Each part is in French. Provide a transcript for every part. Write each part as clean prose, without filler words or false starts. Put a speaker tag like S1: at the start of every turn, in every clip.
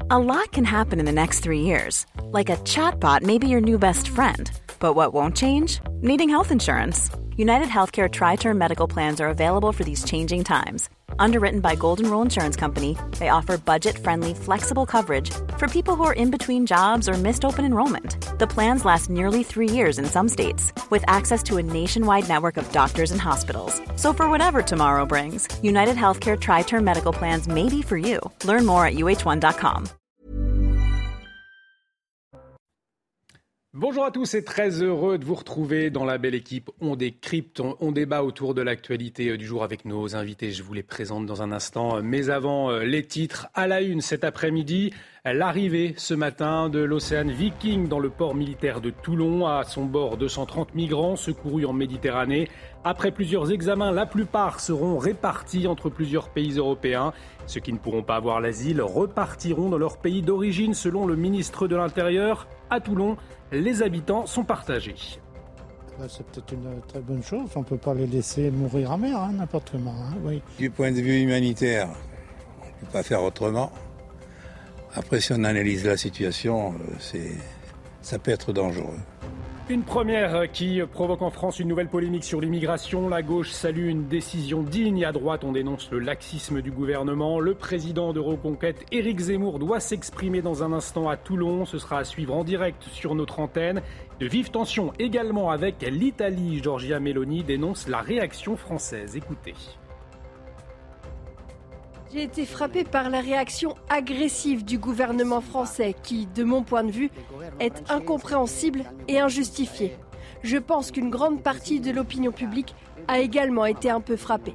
S1: A lot can happen in the next 3 years. Like a chatbot may be your new best friend. But what won't change? Needing health insurance. United Healthcare Tri-Term Medical Plans are available for these changing times. Underwritten by Golden Rule Insurance Company, they offer budget-friendly, flexible coverage for people who are in between jobs or missed open enrollment. The plans last nearly 3 years in some states, with access to a nationwide network of doctors and hospitals. So for whatever tomorrow brings, United Healthcare Tri-Term Medical Plans may be for you. Learn more at uh1.com.
S2: Bonjour à tous et très heureux de vous retrouver dans la belle équipe. On décrypte, on débat autour de l'actualité du jour avec nos invités. Je vous les présente dans un instant. Mais avant, les titres à la une cet après-midi. L'arrivée ce matin de l'Océan Viking dans le port militaire de Toulon. À son bord, 230 migrants secourus en Méditerranée. Après plusieurs examens, la plupart seront répartis entre plusieurs pays européens. Ceux qui ne pourront pas avoir l'asile repartiront dans leur pays d'origine, selon le ministre de l'Intérieur. À Toulon, les habitants sont partagés.
S3: C'est peut-être une très bonne chose. On ne peut pas les laisser mourir en mer, n'importe comment. Oui.
S4: Du point de vue humanitaire, on ne peut pas faire autrement. Après, si on analyse la situation, ça peut être dangereux.
S2: Une première qui provoque en France une nouvelle polémique sur l'immigration. La gauche salue une décision digne. À droite, on dénonce le laxisme du gouvernement. Le président de Reconquête, Éric Zemmour, doit s'exprimer dans un instant à Toulon. Ce sera à suivre en direct sur notre antenne. De vives tensions également avec l'Italie. Giorgia Meloni dénonce la réaction française. Écoutez.
S5: J'ai été frappée par la réaction agressive du gouvernement français qui, de mon point de vue, est incompréhensible et injustifiée. Je pense qu'une grande partie de l'opinion publique a également été un peu frappée.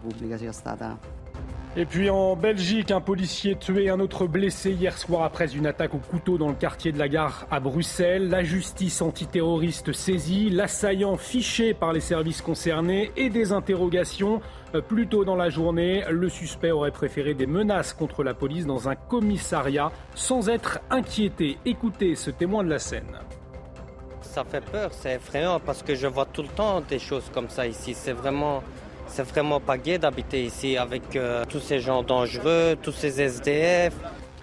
S2: Et puis en Belgique, un policier tué, un autre blessé hier soir après une attaque au couteau dans le quartier de la Gare à Bruxelles. La justice antiterroriste saisie, l'assaillant fiché par les services concernés et des interrogations. Plus tôt dans la journée, le suspect aurait préféré des menaces contre la police dans un commissariat sans être inquiété. Écoutez ce témoin de la scène.
S6: Ça fait peur, c'est effrayant parce que je vois tout le temps des choses comme ça ici. C'est vraiment pas gai d'habiter ici avec tous ces gens dangereux, tous ces SDF.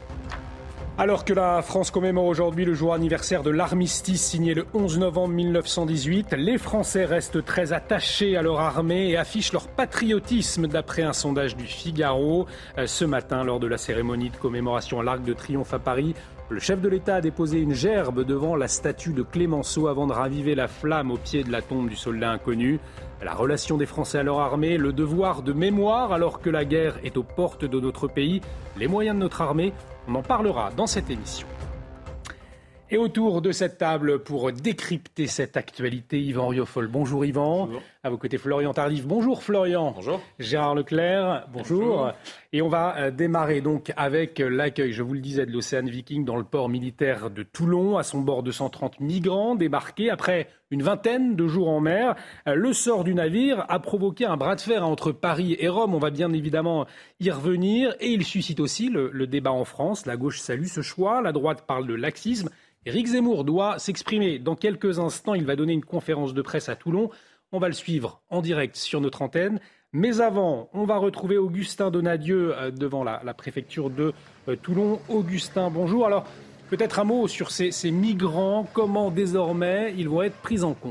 S2: Alors que la France commémore aujourd'hui le jour anniversaire de l'armistice signé le 11 novembre 1918, les Français restent très attachés à leur armée et affichent leur patriotisme d'après un sondage du Figaro. Ce matin, lors de la cérémonie de commémoration à l'Arc de Triomphe à Paris, le chef de l'État a déposé une gerbe devant la statue de Clémenceau avant de raviver la flamme au pied de la tombe du soldat inconnu. La relation des Français à leur armée, le devoir de mémoire alors que la guerre est aux portes de notre pays, les moyens de notre armée, on en parlera dans cette émission. Et autour de cette table pour décrypter cette actualité, Yvan Rioufol. Bonjour Yvan. Bonjour. À vos côtés Florian Tardif. Bonjour Florian.
S7: Bonjour.
S2: Gérard Leclerc. Bonjour. Et on va démarrer donc avec l'accueil, je vous le disais, de l'Océan Viking dans le port militaire de Toulon. À son bord, 230 migrants débarqués après une vingtaine de jours en mer. Le sort du navire a provoqué un bras de fer entre Paris et Rome. On va bien évidemment y revenir. Et il suscite aussi le débat en France. La gauche salue ce choix. La droite parle de laxisme. Éric Zemmour doit s'exprimer dans quelques instants. Il va donner une conférence de presse à Toulon. On va le suivre en direct sur notre antenne. Mais avant, on va retrouver Augustin Donadieu devant la préfecture de Toulon. Augustin, bonjour. Alors, peut-être un mot sur ces migrants. Comment désormais ils vont être pris en compte ?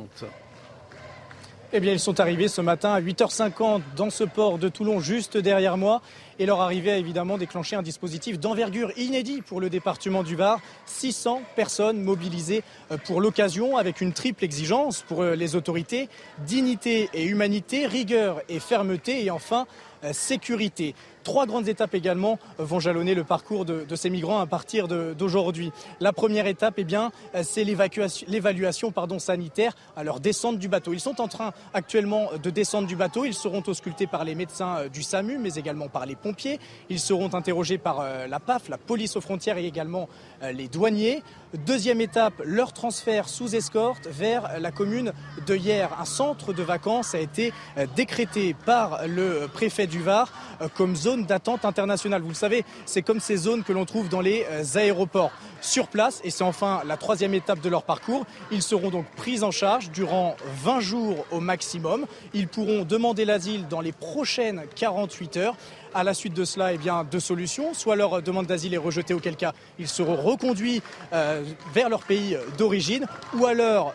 S8: Eh bien, ils sont arrivés ce matin à 8h50 dans ce port de Toulon, juste derrière moi. Et leur arrivée a évidemment déclenché un dispositif d'envergure inédit pour le département du Var. 600 personnes mobilisées pour l'occasion avec une triple exigence pour les autorités. Dignité et humanité, rigueur et fermeté et enfin sécurité. 3 grandes étapes également vont jalonner le parcours de ces migrants à partir d'aujourd'hui. La première étape, eh bien, c'est l'évaluation sanitaire à leur descente du bateau. Ils sont en train actuellement de descendre du bateau. Ils seront auscultés par les médecins du SAMU, mais également par les pompiers. Ils seront interrogés par la PAF, la police aux frontières et également les douaniers. Deuxième étape, leur transfert sous escorte vers la commune de Hyères. Un centre de vacances a été décrété par le préfet du Var comme zone d'attente internationale. Vous le savez, c'est comme ces zones que l'on trouve dans les aéroports. sur place. Et c'est enfin la 3e étape de leur parcours. Ils seront donc pris en charge durant 20 jours au maximum. Ils pourront demander l'asile dans les prochaines 48 heures. À la suite de cela, eh bien, 2 solutions. Soit leur demande d'asile est rejetée, auquel cas ils seront reconduits vers leur pays d'origine, ou alors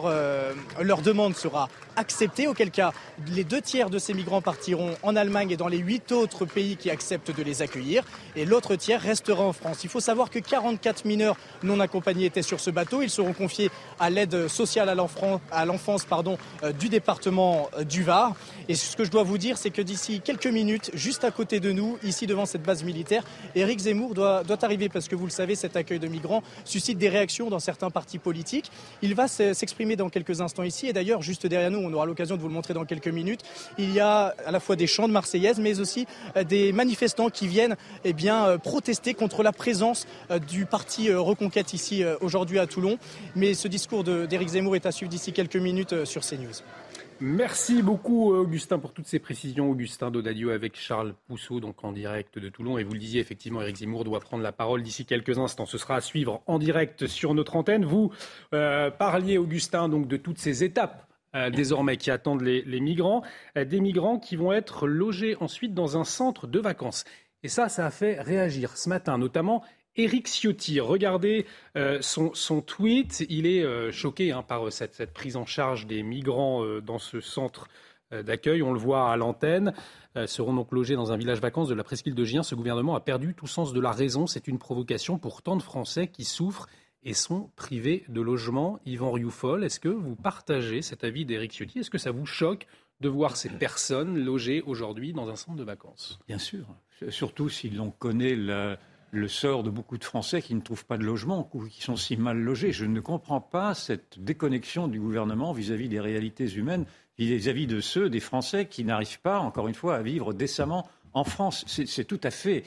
S8: leur demande sera acceptée, auquel cas les 2/3 de ces migrants partiront en Allemagne et dans les 8 autres pays qui acceptent de les accueillir, et l'autre tiers restera en France. Il faut savoir que 44 mineurs non accompagnés étaient sur ce bateau. Ils seront confiés à l'aide sociale à l'enfance du département du Var. Et ce que je dois vous dire, c'est que d'ici quelques minutes, juste à côté de nous, ici devant cette base militaire, Éric Zemmour doit arriver, parce que vous le savez, cet accueil de migrants suscite des réactions dans certains partis politiques. Il va s'exprimer dans quelques instants ici, et d'ailleurs juste derrière nous, on aura l'occasion de vous le montrer dans quelques minutes, il y a à la fois des chants de Marseillaise, mais aussi des manifestants qui viennent protester contre la présence du parti Reconquête ici aujourd'hui à Toulon. Mais ce discours d'Éric Zemmour est à suivre d'ici quelques minutes sur CNews.
S2: Merci beaucoup Augustin pour toutes ces précisions. Augustin Donadieu avec Charles Pousseau, donc en direct de Toulon. Et vous le disiez, effectivement, Éric Zemmour doit prendre la parole d'ici quelques instants. Ce sera à suivre en direct sur notre antenne. Vous parliez, Augustin, donc de toutes ces étapes désormais qui attendent les migrants. Des migrants qui vont être logés ensuite dans un centre de vacances. Et ça a fait réagir ce matin, notamment Éric Ciotti. Regardez son tweet. Il est choqué par cette prise en charge des migrants dans ce centre d'accueil. On le voit à l'antenne. Seront donc logés dans un village vacances de la presqu'île de Gien. Ce gouvernement a perdu tout sens de la raison. C'est une provocation pour tant de Français qui souffrent et sont privés de logement. Yvan Rioufol, est-ce que vous partagez cet avis d'Éric Ciotti ? Est-ce que ça vous choque de voir ces personnes logées aujourd'hui dans un centre de vacances ?
S7: Bien sûr, surtout si l'on connaît le sort de beaucoup de Français qui ne trouvent pas de logement ou qui sont si mal logés. Je ne comprends pas cette déconnexion du gouvernement vis-à-vis des réalités humaines, vis-à-vis de ceux des Français qui n'arrivent pas, encore une fois, à vivre décemment en France. C'est tout à fait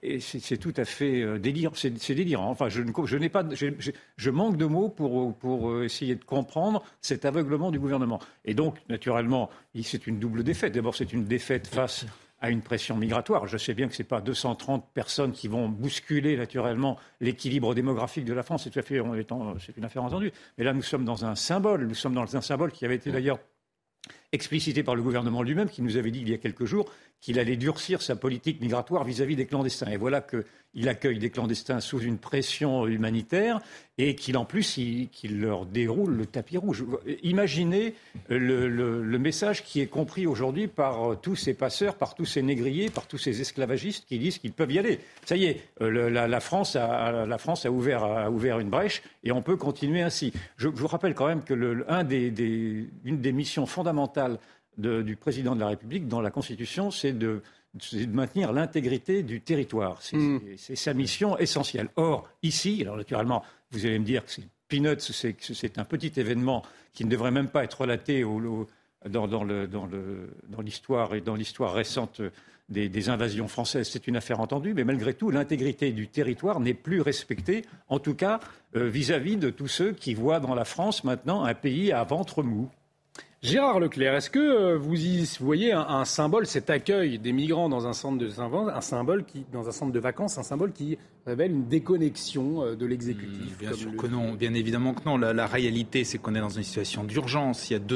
S7: délirant. C'est délirant. Enfin, je manque de mots pour essayer de comprendre cet aveuglement du gouvernement. Et donc, naturellement, c'est une double défaite. D'abord, c'est une défaite face à une pression migratoire. Je sais bien que ce n'est pas 230 personnes qui vont bousculer naturellement l'équilibre démographique de la France. C'est une affaire entendue. Mais là, nous sommes dans un symbole. Nous sommes dans un symbole qui avait été d'ailleurs explicité par le gouvernement lui-même, qui nous avait dit il y a quelques jours qu'il allait durcir sa politique migratoire vis-à-vis des clandestins. Et voilà qu'il accueille des clandestins sous une pression humanitaire et qu'il leur déroule le tapis rouge. Imaginez le message qui est compris aujourd'hui par tous ces passeurs, par tous ces négriers, par tous ces esclavagistes qui disent qu'ils peuvent y aller. Ça y est, la France a ouvert une brèche et on peut continuer ainsi. Je vous rappelle quand même que une des missions fondamentales du président de la République dans la Constitution, c'est de maintenir l'intégrité du territoire. C'est sa mission essentielle. Or, ici, alors naturellement, vous allez me dire que c'est peanuts, c'est un petit événement qui ne devrait même pas être relaté dans l'histoire et dans l'histoire récente des invasions françaises. C'est une affaire entendue, mais malgré tout, l'intégrité du territoire n'est plus respectée, en tout cas vis-à-vis de tous ceux qui voient dans la France maintenant un pays à ventre mou.
S2: Gérard Leclerc, est-ce que vous voyez un symbole, cet accueil des migrants dans un centre de vacances, un symbole qui révèle une déconnexion de l'exécutif?
S9: Bien sûr que non, bien évidemment que non. La réalité, c'est qu'on est dans une situation d'urgence. Il y a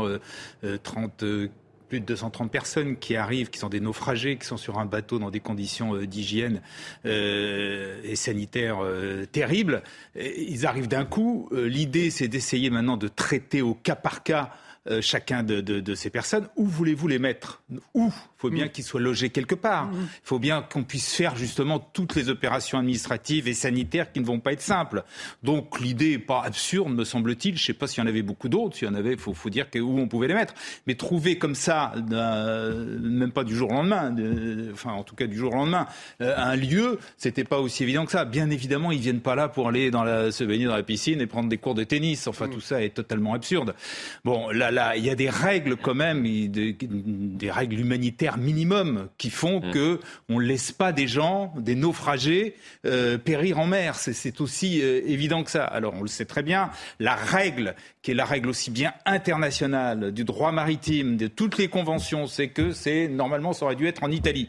S9: plus de 230 personnes qui arrivent, qui sont des naufragés, qui sont sur un bateau dans des conditions d'hygiène et sanitaires terribles. Ils arrivent d'un coup. L'idée, c'est d'essayer maintenant de traiter au cas par cas chacun de ces personnes. Où voulez-vous les mettre ? Où ? Il faut bien qu'ils soient logés quelque part. Il faut bien qu'on puisse faire justement toutes les opérations administratives et sanitaires qui ne vont pas être simples. Donc l'idée n'est pas absurde, me semble-t-il. Je ne sais pas s'il y en avait beaucoup d'autres. S'il y en avait, il faut dire où on pouvait les mettre. Mais trouver comme ça, même pas du jour au lendemain, en tout cas du jour au lendemain, un lieu, c'était pas aussi évident que ça. Bien évidemment, ils ne viennent pas là pour aller se baigner dans la piscine et prendre des cours de tennis. Enfin, tout ça est totalement absurde. Bon, là, il y a des règles quand même, des règles humanitaires minimum qui font que on ne laisse pas des gens, des naufragés, périr en mer. C'est aussi évident que ça. Alors on le sait très bien, la règle, qui est la règle aussi bien internationale, du droit maritime, de toutes les conventions, c'est que normalement ça aurait dû être en Italie.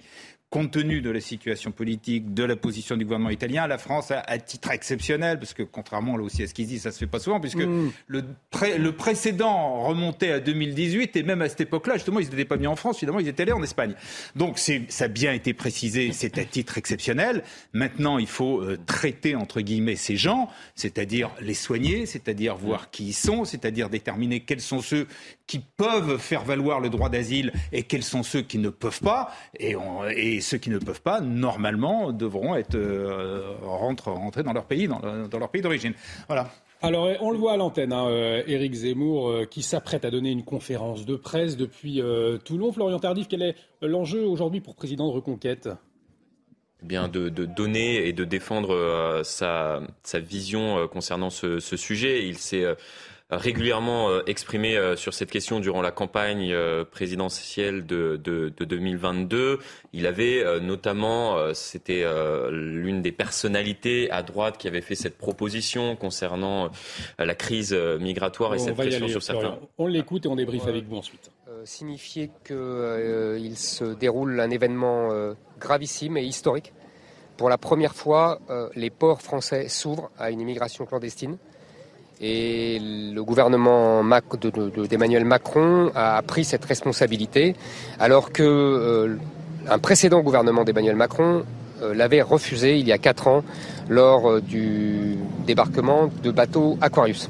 S9: compte tenu de la situation politique, de la position du gouvernement italien, la France, à titre exceptionnel, parce que contrairement là aussi à ce qu'ils disent, ça se fait pas souvent, puisque le précédent remontait à 2018, et même à cette époque-là, justement, ils n'étaient pas venus en France, finalement, ils étaient allés en Espagne. Donc ça a bien été précisé, c'est à titre exceptionnel. Maintenant, il faut traiter, entre guillemets, ces gens, c'est-à-dire les soigner, c'est-à-dire voir qui ils sont, c'est-à-dire déterminer quels sont ceux qui peuvent faire valoir le droit d'asile et quels sont ceux qui ne peuvent pas. Et ceux qui ne peuvent pas, normalement, devront être rentrer dans leur pays, dans leur pays d'origine. Voilà.
S2: Alors, on le voit à l'antenne, Éric Zemmour, qui s'apprête à donner une conférence de presse depuis Toulon. Florian Tardif, quel est l'enjeu aujourd'hui pour Président de Reconquête ?
S10: Eh bien, de donner et de défendre sa vision concernant ce sujet. Il s'est régulièrement exprimé sur cette question durant la campagne présidentielle de 2022. Il avait notamment, c'était l'une des personnalités à droite qui avait fait cette proposition concernant la crise migratoire et cette pression sur certains.
S2: On l'écoute et on débriefe avec vous ensuite.
S11: Signifier qu'il se déroule un événement gravissime et historique. Pour la première fois, les ports français s'ouvrent à une immigration clandestine. Et le gouvernement d'Emmanuel Macron a pris cette responsabilité, alors que un précédent gouvernement d'Emmanuel Macron l'avait refusé il y a 4 ans lors du débarquement de bateaux Aquarius.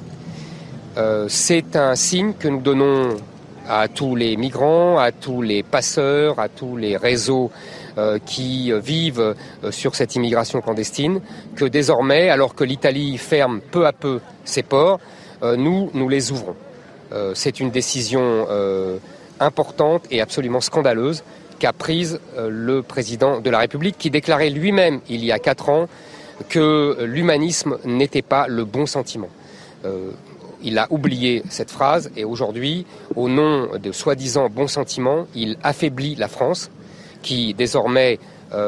S11: C'est un signe que nous donnons à tous les migrants, à tous les passeurs, à tous les réseaux qui vivent sur cette immigration clandestine, que désormais, alors que l'Italie ferme peu à peu ses ports, nous les ouvrons. C'est une décision importante et absolument scandaleuse qu'a prise le président de la République, qui déclarait lui-même il y a 4 ans que l'humanisme n'était pas le bon sentiment. Il a oublié cette phrase et aujourd'hui, au nom de soi-disant bon sentiment, il affaiblit la France, qui désormais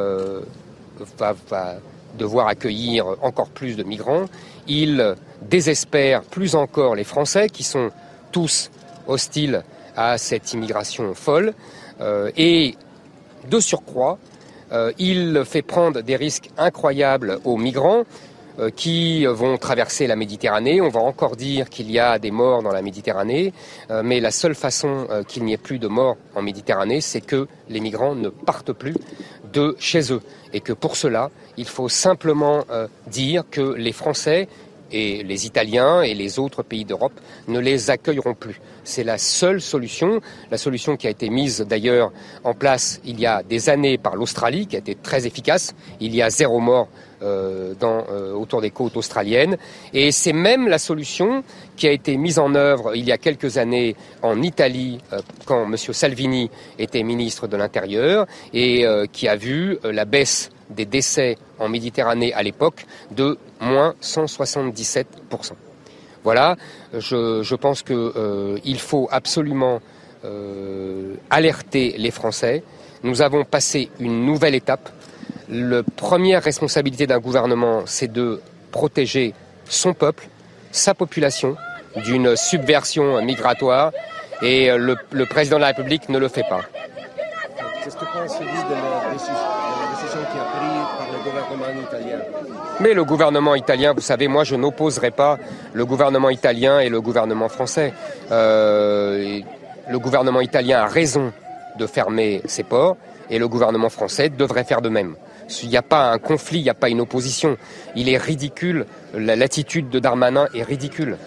S11: va devoir accueillir encore plus de migrants. Il désespère plus encore les Français, qui sont tous hostiles à cette immigration folle. Et de surcroît, il fait prendre des risques incroyables aux migrants qui vont traverser la Méditerranée. On va encore dire qu'il y a des morts dans la Méditerranée, mais la seule façon qu'il n'y ait plus de morts en Méditerranée, c'est que les migrants ne partent plus de chez eux. Et que pour cela, il faut simplement dire que les Français et les Italiens et les autres pays d'Europe ne les accueilleront plus. C'est la seule solution, la solution qui a été mise d'ailleurs en place il y a des années par l'Australie, qui a été très efficace. Il y a 0 mort autour des côtes australiennes. Et c'est même la solution qui a été mise en œuvre il y a quelques années en Italie, quand M. Salvini était ministre de l'Intérieur, et qui a vu la baisse des décès en Méditerranée à l'époque de moins 177%. Voilà, je pense qu'il faut absolument alerter les Français. Nous avons passé une nouvelle étape. La première responsabilité d'un gouvernement, c'est de protéger son peuple, sa population, d'une subversion migratoire. Et le président de la République ne le fait pas.
S12: Qu'est-ce que pensez-vous de la décision qui a prise par le gouvernement italien ?
S11: Mais le gouvernement italien, vous savez, moi je n'opposerai pas le gouvernement italien et le gouvernement français. Le gouvernement italien a raison de fermer ses ports et le gouvernement français devrait faire de même. Il n'y a pas un conflit, il n'y a pas une opposition. Il est ridicule, l'attitude de Darmanin est ridicule.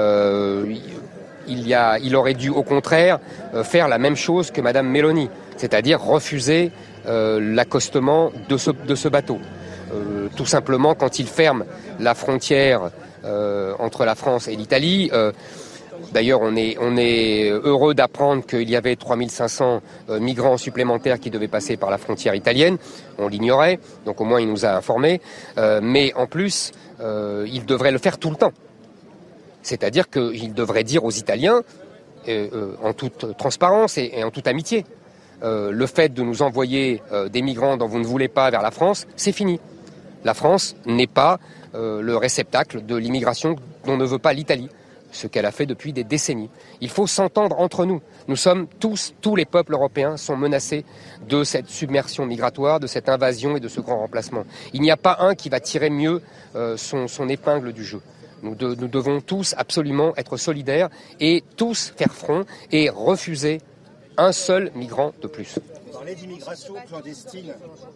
S11: Il aurait dû au contraire faire la même chose que Madame Meloni, c'est-à-dire refuser l'accostement de ce bateau. Tout simplement, quand il ferme la frontière entre la France et l'Italie, d'ailleurs on est heureux d'apprendre qu'il y avait 3500 migrants supplémentaires qui devaient passer par la frontière italienne, on l'ignorait, donc au moins il nous a informés, mais en plus il devrait le faire tout le temps. C'est-à-dire qu'il devrait dire aux Italiens, en toute transparence et en toute amitié, le fait de nous envoyer des migrants dont vous ne voulez pas vers la France, c'est fini. La France n'est pas le réceptacle de l'immigration dont ne veut pas l'Italie. ce qu'elle a fait depuis des décennies. Il faut s'entendre entre nous. Nous sommes tous les peuples européens sont menacés de cette submersion migratoire, de cette invasion et de ce grand remplacement. Il n'y a pas un qui va tirer mieux son épingle du jeu. Nous devons tous absolument être solidaires et tous faire front et refuser un seul migrant de plus.
S13: Vous parlez d'immigration clandestine.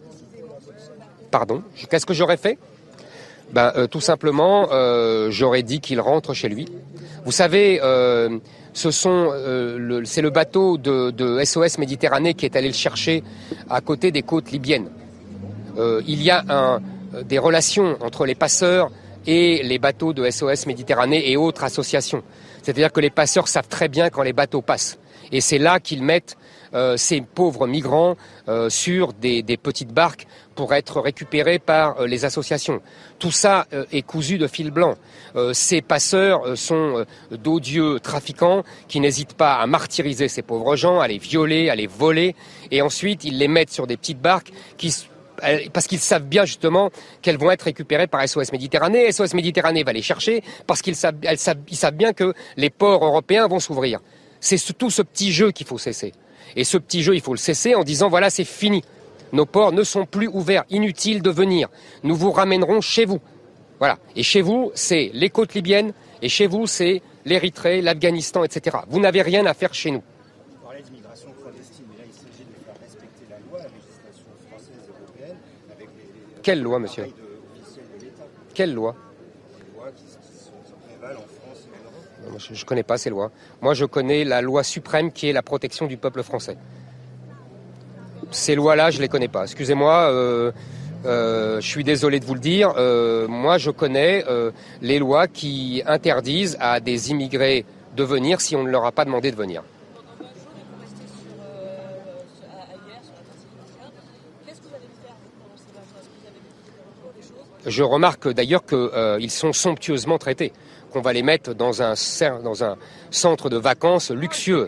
S11: Pardon, qu'est-ce que j'aurais fait ? Tout simplement, j'aurais dit qu'il rentre chez lui. Vous savez, c'est le bateau de SOS Méditerranée qui est allé le chercher à côté des côtes libyennes. Il y a des relations entre les passeurs et les bateaux de SOS Méditerranée et autres associations. C'est-à-dire que les passeurs savent très bien quand les bateaux passent. Et c'est là qu'ils mettent ces pauvres migrants sur des petites barques pour être récupérés par les associations. Tout ça est cousu de fil blanc. Ces passeurs sont d'odieux trafiquants qui n'hésitent pas à martyriser ces pauvres gens, à les violer, à les voler, et ensuite ils les mettent sur des petites barques parce qu'ils savent bien justement qu'elles vont être récupérées par SOS Méditerranée. SOS Méditerranée va les chercher parce qu'ils savent bien que les ports européens vont s'ouvrir. C'est tout ce petit jeu qu'il faut cesser. Et ce petit jeu, il faut le cesser en disant voilà, c'est fini. Nos ports ne sont plus ouverts. Inutile de venir. Nous vous ramènerons chez vous. Voilà. Et chez vous, c'est les côtes libyennes. Et chez vous, c'est l'Érythrée, l'Afghanistan, etc. Vous n'avez rien à faire chez nous.
S13: Vous parlez d'immigration clandestine, mais là, il s'agit de faire respecter la loi, la législation française et européenne. Avec
S11: Quelle loi, monsieur ? Quelle loi ?
S13: Les lois qui prévalent en France et en Europe.
S11: Je ne connais pas ces lois. Moi, je connais la loi suprême qui est la protection du peuple français. Ces lois-là, je ne les connais pas. Excusez-moi, je suis désolé de vous le dire. Moi, je connais les lois qui interdisent à des immigrés de venir si on ne leur a pas demandé de venir. Je remarque d'ailleurs qu'ils sont somptueusement traités, qu'on va les mettre dans un centre de vacances luxueux.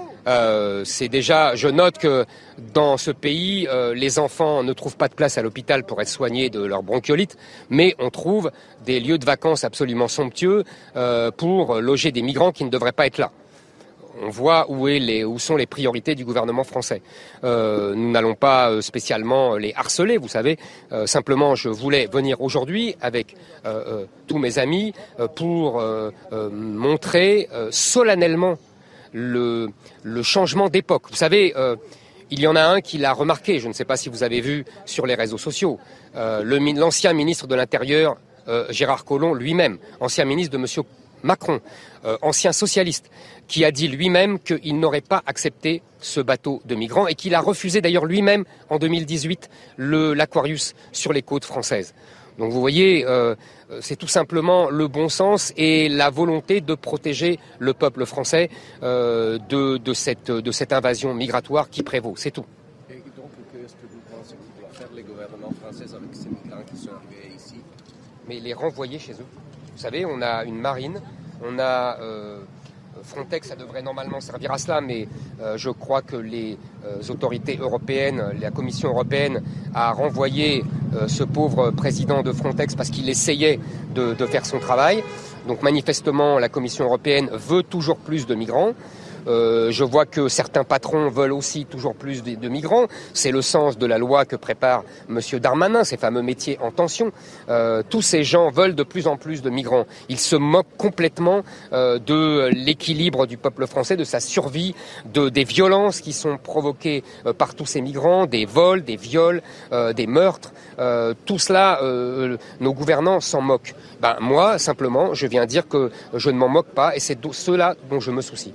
S11: Je note que dans ce pays, les enfants ne trouvent pas de place à l'hôpital pour être soignés de leur bronchiolite, mais on trouve des lieux de vacances absolument somptueux pour loger des migrants qui ne devraient pas être là. On voit où sont les priorités du gouvernement français. Nous n'allons pas spécialement les harceler, vous savez. Simplement, je voulais venir aujourd'hui avec tous mes amis pour montrer solennellement le changement d'époque. Vous savez, il y en a un qui l'a remarqué, je ne sais pas si vous avez vu sur les réseaux sociaux, l'ancien ministre de l'Intérieur, Gérard Collomb lui-même, ancien ministre de M. Macron, ancien socialiste, qui a dit lui-même qu'il n'aurait pas accepté ce bateau de migrants et qu'il a refusé d'ailleurs lui-même en 2018 l'Aquarius sur les côtes françaises. Donc vous voyez, c'est tout simplement le bon sens et la volonté de protéger le peuple français de cette invasion migratoire qui prévaut. C'est tout.
S12: Et donc, qu'est-ce que vous pensez qu'il doit faire les gouvernements français avec ces migrants qui sont arrivés ici ?
S11: Mais les renvoyer chez eux. Vous savez, on a une marine, on a Frontex, ça devrait normalement servir à cela, mais je crois que les autorités européennes, la Commission européenne a renvoyé ce pauvre président de Frontex parce qu'il essayait de faire son travail. Donc manifestement, la Commission européenne veut toujours plus de migrants. Je vois que certains patrons veulent aussi toujours plus de migrants. C'est le sens de la loi que prépare M. Darmanin, ces fameux métiers en tension. Tous ces gens veulent de plus en plus de migrants. Ils se moquent complètement de l'équilibre du peuple français, de sa survie, des violences qui sont provoquées par tous ces migrants, des vols, des viols, des meurtres. Tout cela, nos gouvernants s'en moquent. Moi, simplement, je viens dire que je ne m'en moque pas et c'est de cela dont je me soucie.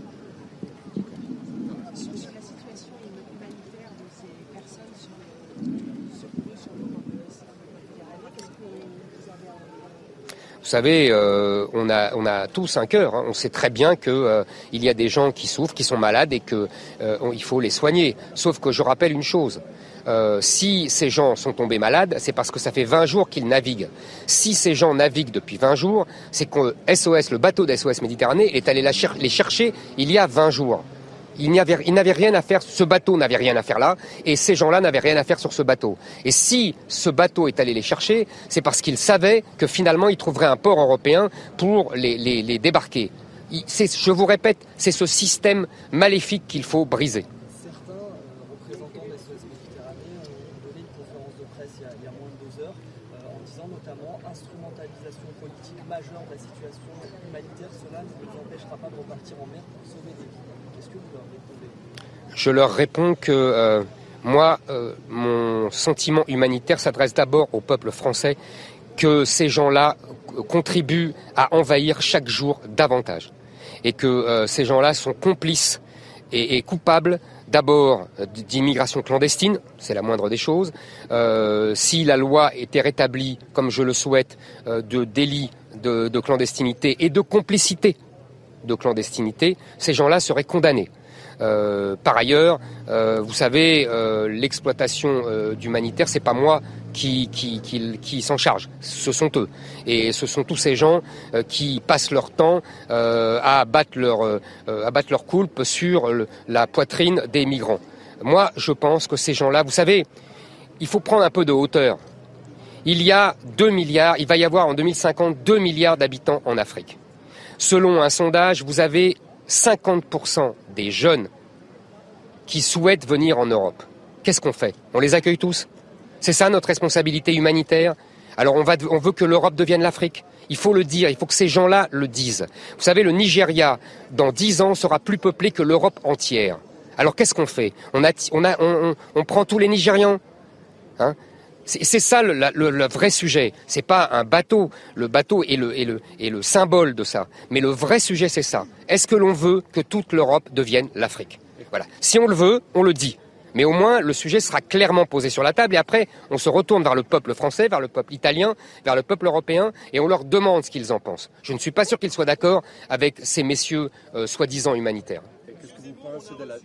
S11: Vous savez, on a tous un cœur. On sait très bien qu'il y a des gens qui souffrent, qui sont malades et qu'il faut les soigner. Sauf que je rappelle une chose. Si ces gens sont tombés malades, c'est parce que ça fait 20 jours qu'ils naviguent. Si ces gens naviguent depuis 20 jours, c'est que le bateau d'SOS Méditerranée est allé les chercher il y a 20 jours. Il n'avait rien à faire, ce bateau n'avait rien à faire là, et ces gens-là n'avaient rien à faire sur ce bateau. Et si ce bateau est allé les chercher, c'est parce qu'ils savaient que finalement ils trouveraient un port européen pour les débarquer. Je vous répète, c'est ce système maléfique qu'il faut briser.
S13: Certains représentants de SOS Méditerranée ont donné une conférence de presse il y a moins de 2 heures en disant notamment instrumentalisation politique majeure de la situation humanitaire. Cela ne nous empêchera pas de repartir en mer pour sauver des vies. Qu'est-ce que vous leur répondez ?
S11: Je leur réponds que moi, mon sentiment humanitaire s'adresse d'abord au peuple français, que ces gens-là contribuent à envahir chaque jour davantage. Et que ces gens-là sont complices et coupables d'abord d'immigration clandestine, c'est la moindre des choses. Si la loi était rétablie, comme je le souhaite, de délit de clandestinité et de complicité de clandestinité, ces gens-là seraient condamnés. Par ailleurs, vous savez, l'exploitation d'humanitaire, c'est pas moi qui s'en charge. Ce sont eux. Et ce sont tous ces gens qui passent leur temps à abattre leur coulpe sur la poitrine des migrants. Moi, je pense que ces gens-là, vous savez, il faut prendre un peu de hauteur. Il y a 2 milliards, il va y avoir en 2050 2 milliards d'habitants en Afrique. Selon un sondage, vous avez 50% des jeunes qui souhaitent venir en Europe. Qu'est-ce qu'on fait ? On les accueille tous ? C'est ça notre responsabilité humanitaire ? Alors on veut que l'Europe devienne l'Afrique. Il faut le dire, il faut que ces gens-là le disent. Vous savez, le Nigeria, dans 10 ans, sera plus peuplé que l'Europe entière. Alors qu'est-ce qu'on fait ? On prend tous les Nigérians, hein ? C'est ça le vrai sujet. C'est pas un bateau. Le bateau est le symbole de ça. Mais le vrai sujet, c'est ça. Est-ce que l'on veut que toute l'Europe devienne l'Afrique ? Voilà. Si on le veut, on le dit. Mais au moins, le sujet sera clairement posé sur la table. Et après, on se retourne vers le peuple français, vers le peuple italien, vers le peuple européen, et on leur demande ce qu'ils en pensent. Je ne suis pas sûr qu'ils soient d'accord avec ces messieurs soi-disant humanitaires.
S12: Qu'est-ce que vous pensez de la...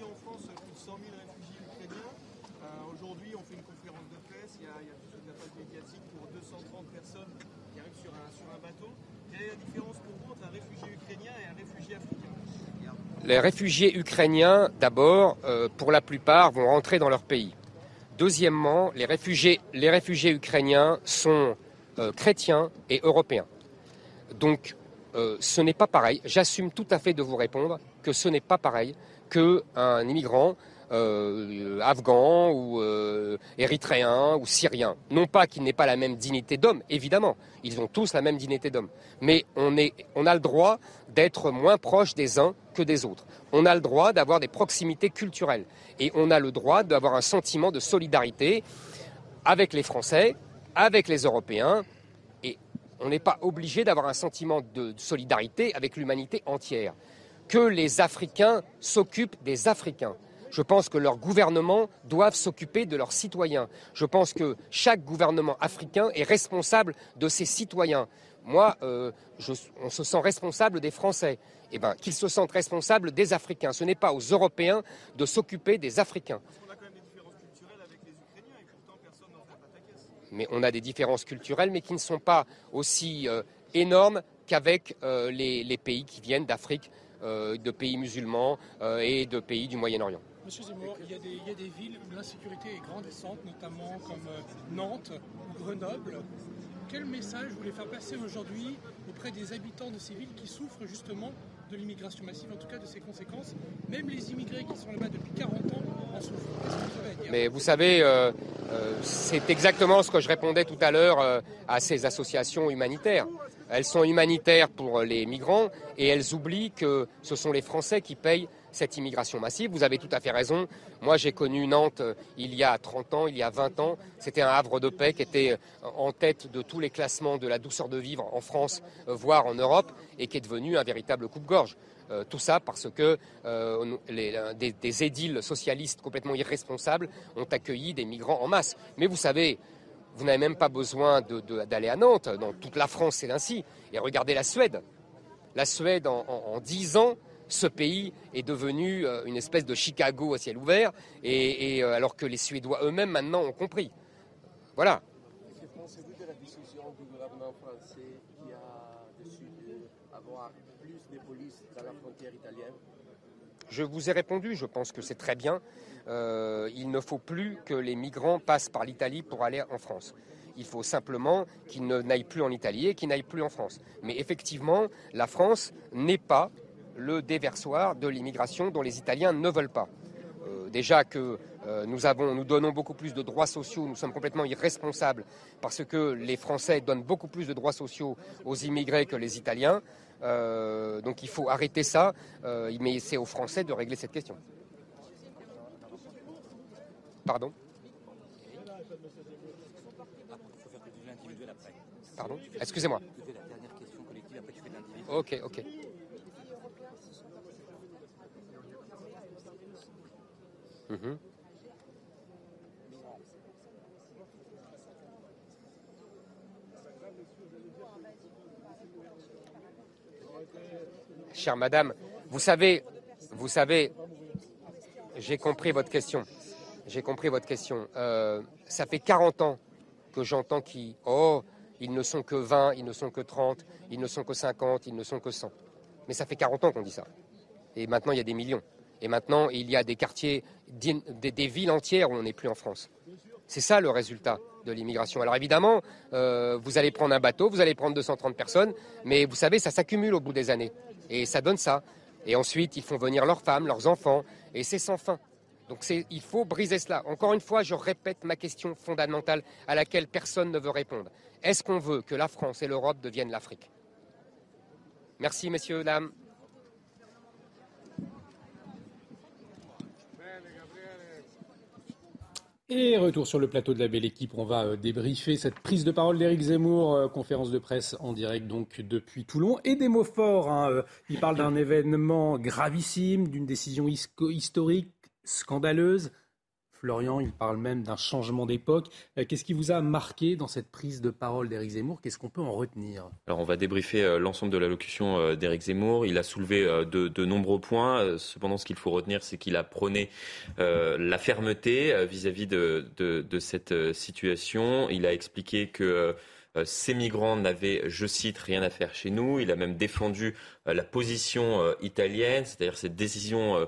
S11: Les réfugiés ukrainiens, d'abord, pour la plupart, vont rentrer dans leur pays. Deuxièmement, les réfugiés ukrainiens sont chrétiens et européens. Donc, ce n'est pas pareil. J'assume tout à fait de vous répondre que ce n'est pas pareil qu'un immigrant afghan ou érythréen ou syrien. Non pas qu'il n'ait pas la même dignité d'homme, évidemment. Ils ont tous la même dignité d'homme. Mais on a le droit d'être moins proche des uns que des autres. On a le droit d'avoir des proximités culturelles. Et on a le droit d'avoir un sentiment de solidarité avec les Français, avec les Européens. Et on n'est pas obligé d'avoir un sentiment de solidarité avec l'humanité entière. Que les Africains s'occupent des Africains. Je pense que leurs gouvernements doivent s'occuper de leurs citoyens. Je pense que chaque gouvernement africain est responsable de ses citoyens. Moi, on se sent responsable des Français. Eh bien, qu'ils se sentent responsables des Africains. Ce n'est pas aux Européens de s'occuper des Africains.
S14: Parce qu'on a quand même des différences culturelles avec les Ukrainiens et pourtant personne n'en fait un pataquès.
S11: Mais on a des différences culturelles, mais qui ne sont pas aussi énormes qu'avec les pays qui viennent d'Afrique, de pays musulmans et de pays du Moyen-Orient.
S15: Monsieur Zemmour, il y a des villes où l'insécurité est grandissante, notamment comme Nantes ou Grenoble. Quel message vous voulez faire passer aujourd'hui auprès des habitants de ces villes qui souffrent justement de l'immigration massive, en tout cas de ses conséquences? Même les immigrés qui sont là-bas depuis 40 ans en souffrent. Qu'est-ce que vous avez à dire?
S11: Mais vous savez, c'est exactement ce que je répondais tout à l'heure à ces associations humanitaires. Elles sont humanitaires pour les migrants et elles oublient que ce sont les Français qui payent cette immigration massive. Vous avez tout à fait raison. Moi, j'ai connu Nantes il y a 30 ans, il y a 20 ans. C'était un havre de paix qui était en tête de tous les classements de la douceur de vivre en France, voire en Europe, et qui est devenu un véritable coupe-gorge. Tout ça parce que des édiles socialistes complètement irresponsables ont accueilli des migrants en masse. Mais vous savez, vous n'avez même pas besoin d'aller à Nantes. Dans toute la France, c'est ainsi. Et regardez la Suède. La Suède, en 10 ans, ce pays est devenu une espèce de Chicago à ciel ouvert, et alors que les Suédois eux-mêmes maintenant ont compris. Voilà.
S12: Que pensez-vous de la décision du gouvernement français qui a décidé d'avoir plus de police dans la frontière italienne?
S11: Je vous ai répondu, je pense que c'est très bien. Il ne faut plus que les migrants passent par l'Italie pour aller en France. Il faut simplement qu'ils n'aillent plus en Italie et qu'ils n'aillent plus en France. Mais effectivement, la France n'est pas le déversoir de l'immigration dont les Italiens ne veulent pas. Déjà que nous donnons beaucoup plus de droits sociaux, nous sommes complètement irresponsables parce que les Français donnent beaucoup plus de droits sociaux aux immigrés que les Italiens. Donc il faut arrêter ça, mais c'est aux Français de régler cette question. Pardon ? Pardon ? Excusez-moi. Ok. Mmh. Chère madame, vous savez, j'ai compris votre question. Ça fait 40 ans que j'entends ils ne sont que 20, ils ne sont que 30, ils ne sont que 50, ils ne sont que 100. Mais ça fait 40 ans qu'on dit ça. Et maintenant, il y a des millions. Et maintenant, il y a des quartiers, des villes entières où on n'est plus en France. C'est ça le résultat de l'immigration. Alors évidemment, vous allez prendre un bateau, vous allez prendre 230 personnes, mais vous savez, ça s'accumule au bout des années. Et ça donne ça. Et ensuite, ils font venir leurs femmes, leurs enfants, et c'est sans fin. Donc il faut briser cela. Encore une fois, je répète ma question fondamentale à laquelle personne ne veut répondre. Est-ce qu'on veut que la France et l'Europe deviennent l'Afrique ? Merci, messieurs, dames.
S2: Et retour sur le plateau de la belle équipe, on va débriefer cette prise de parole d'Éric Zemmour, conférence de presse en direct donc depuis Toulon, et des mots forts. Il parle d'un événement gravissime, d'une décision historique, scandaleuse. Florian, il parle même d'un changement d'époque. Qu'est-ce qui vous a marqué dans cette prise de parole d'Éric Zemmour ? Qu'est-ce qu'on peut en retenir ?
S10: Alors on va débriefer l'ensemble de l'allocution d'Éric Zemmour. Il a soulevé de nombreux points. Cependant, ce qu'il faut retenir, c'est qu'il a prôné la fermeté vis-à-vis de cette situation. Il a expliqué que ces migrants n'avaient, je cite, rien à faire chez nous. Il a même défendu la position italienne, c'est-à-dire cette décision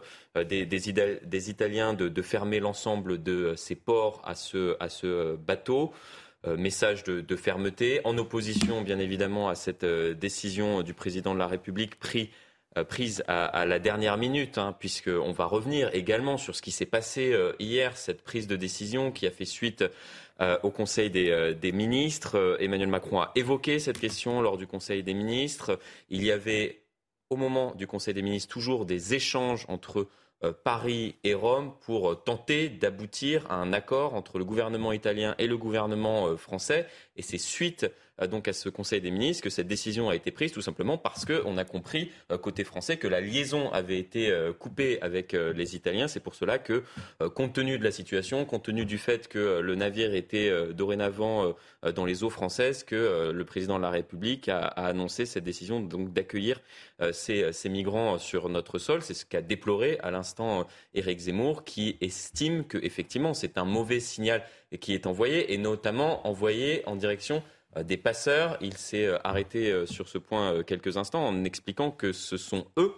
S10: des Italiens de fermer l'ensemble de ces ports à ce bateau. Message de fermeté, en opposition bien évidemment à cette décision du président de la République prise à la dernière minute, puisqu'on va revenir également sur ce qui s'est passé hier, cette prise de décision qui a fait suite au Conseil des ministres. Emmanuel Macron a évoqué cette question lors du Conseil des ministres. Il y avait au moment du Conseil des ministres toujours des échanges entre Paris et Rome pour tenter d'aboutir à un accord entre le gouvernement italien et le gouvernement français. Et c'est suite donc à ce Conseil des ministres que cette décision a été prise, tout simplement parce qu'on a compris côté français que la liaison avait été coupée avec les Italiens. C'est pour cela que, compte tenu de la situation, compte tenu du fait que le navire était dorénavant dans les eaux françaises, que le président de la République a annoncé cette décision donc d'accueillir ces migrants sur notre sol. C'est ce qu'a déploré à l'instant Éric Zemmour, qui estime que effectivement c'est un mauvais signal qui est envoyé, et notamment envoyé en direction des passeurs. Il s'est arrêté sur ce point quelques instants en expliquant que ce sont eux,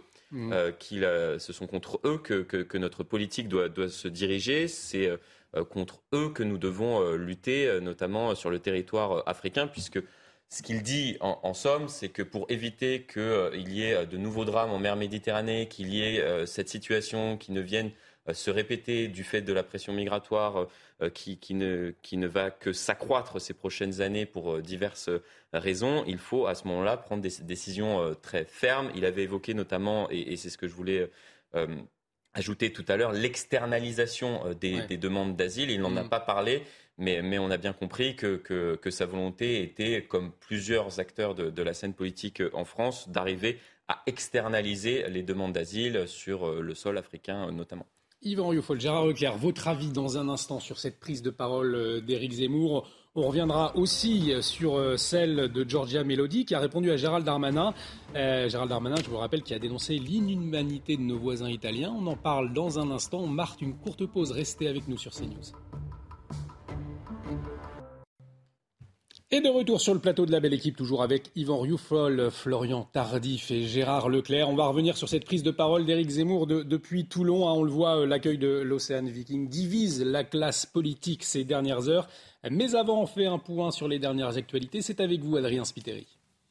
S10: ce sont contre eux que notre politique doit se diriger. C'est contre eux que nous devons lutter, notamment sur le territoire africain, puisque ce qu'il dit en somme, c'est que pour éviter qu'il y ait de nouveaux drames en mer Méditerranée, qu'il y ait cette situation qui ne vienne se répéter du fait de la pression migratoire qui ne va que s'accroître ces prochaines années pour diverses raisons, il faut à ce moment-là prendre des décisions très fermes. Il avait évoqué notamment, et c'est ce que je voulais ajouter tout à l'heure, l'externalisation des demandes d'asile. Il n'en a pas parlé, mais on a bien compris que sa volonté était, comme plusieurs acteurs de la scène politique en France, d'arriver à externaliser les demandes d'asile sur le sol africain notamment.
S2: Yvan Rioufol, Gérard Leclerc, votre avis dans un instant sur cette prise de parole d'Éric Zemmour. On reviendra aussi sur celle de Giorgia Meloni qui a répondu à Gérald Darmanin. Gérald Darmanin, je vous rappelle, qui a dénoncé l'inhumanité de nos voisins italiens. On en parle dans un instant. On marque une courte pause. Restez avec nous sur CNews. Et de retour sur le plateau de la belle équipe, toujours avec Yvan Rioufol, Florian Tardif et Gérard Leclerc. On va revenir sur cette prise de parole d'Éric Zemmour depuis Toulon. On le voit, l'accueil de l'Océan Viking divise la classe politique ces dernières heures. Mais avant, on fait un point sur les dernières actualités. C'est avec vous, Adrien Spiteri.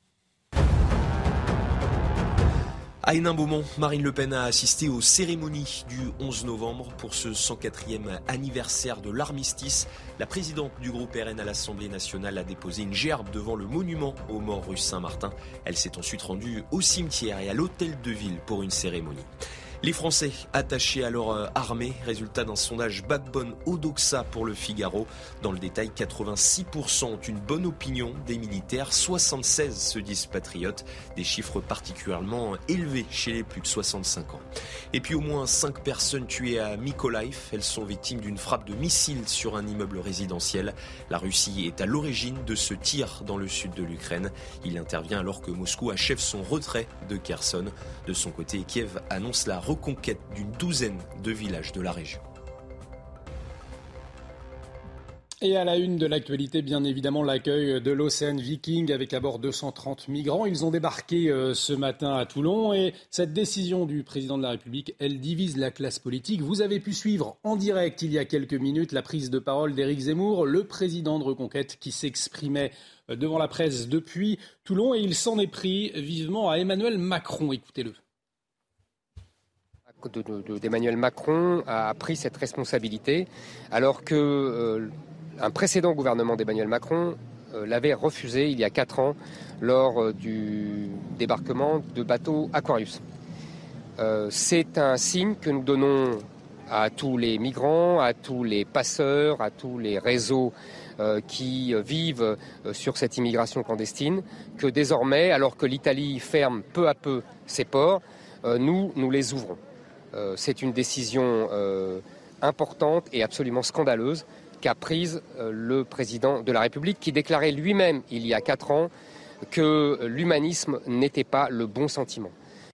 S16: À Hénin-Beaumont, Marine Le Pen a assisté aux cérémonies du 11 novembre pour ce 104e anniversaire de l'armistice. La présidente du groupe RN à l'Assemblée nationale a déposé une gerbe devant le monument aux morts rue Saint-Martin. Elle s'est ensuite rendue au cimetière et à l'hôtel de ville pour une cérémonie. Les Français attachés à leur armée, résultat d'un sondage Backbone Odoxa pour le Figaro. Dans le détail, 86% ont une bonne opinion des militaires, 76% se disent patriotes, des chiffres particulièrement élevés chez les plus de 65 ans. Et puis au moins 5 personnes tuées à Mykolaiv, elles sont victimes d'une frappe de missile sur un immeuble résidentiel. La Russie est à l'origine de ce tir dans le sud de l'Ukraine. Il intervient alors que Moscou achève son retrait de Kherson. De son côté, Kiev annonce la reconquête d'une douzaine de villages de la région.
S2: Et à la une de l'actualité, bien évidemment, l'accueil de l'Océan Viking avec à bord 230 migrants. Ils ont débarqué ce matin à Toulon et cette décision du président de la République, elle divise la classe politique. Vous avez pu suivre en direct il y a quelques minutes la prise de parole d'Éric Zemmour, le président de Reconquête qui s'exprimait devant la presse depuis Toulon et il s'en est pris vivement à Emmanuel Macron. Écoutez-le.
S11: D'Emmanuel Macron a pris cette responsabilité alors que un précédent gouvernement d'Emmanuel Macron l'avait refusé il y a 4 ans lors du débarquement de bateaux Aquarius. C'est un signe que nous donnons à tous les migrants, à tous les passeurs, à tous les réseaux qui vivent sur cette immigration clandestine, que désormais, alors que l'Italie ferme peu à peu ses ports, nous les ouvrons. C'est une décision importante et absolument scandaleuse qu'a prise le président de la République qui déclarait lui-même il y a 4 ans que l'humanisme n'était pas le bon sentiment.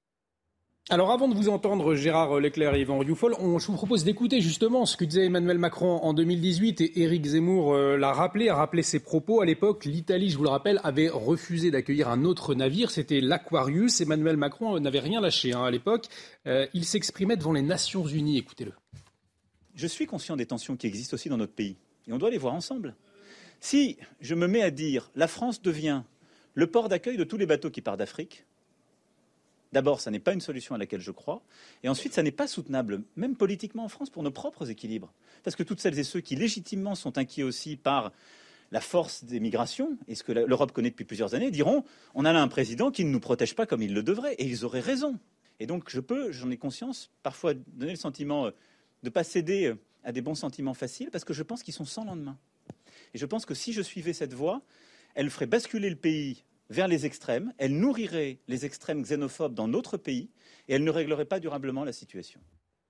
S2: Alors avant de vous entendre Gérard Leclerc et Yvan Rioufol, je vous propose d'écouter justement ce que disait Emmanuel Macron en 2018 et Éric Zemmour a rappelé ses propos. À l'époque, l'Italie, je vous le rappelle, avait refusé d'accueillir un autre navire, c'était l'Aquarius. Emmanuel Macron n'avait rien lâché à l'époque. Il s'exprimait devant les Nations Unies, écoutez-le.
S17: Je suis conscient des tensions qui existent aussi dans notre pays et on doit les voir ensemble. Si je me mets à dire la France devient le port d'accueil de tous les bateaux qui partent d'Afrique, d'abord, ça n'est pas une solution à laquelle je crois. Et ensuite, ça n'est pas soutenable, même politiquement en France, pour nos propres équilibres. Parce que toutes celles et ceux qui légitimement sont inquiets aussi par la force des migrations, et ce que l'Europe connaît depuis plusieurs années, diront « on a là un président qui ne nous protège pas comme il le devrait ». Et ils auraient raison. Et donc, j'en ai conscience, parfois donner le sentiment de ne pas céder à des bons sentiments faciles, parce que je pense qu'ils sont sans lendemain. Et je pense que si je suivais cette voie, elle ferait basculer le pays vers les extrêmes, elle nourrirait les extrêmes xénophobes dans notre pays et elle ne réglerait pas durablement la situation.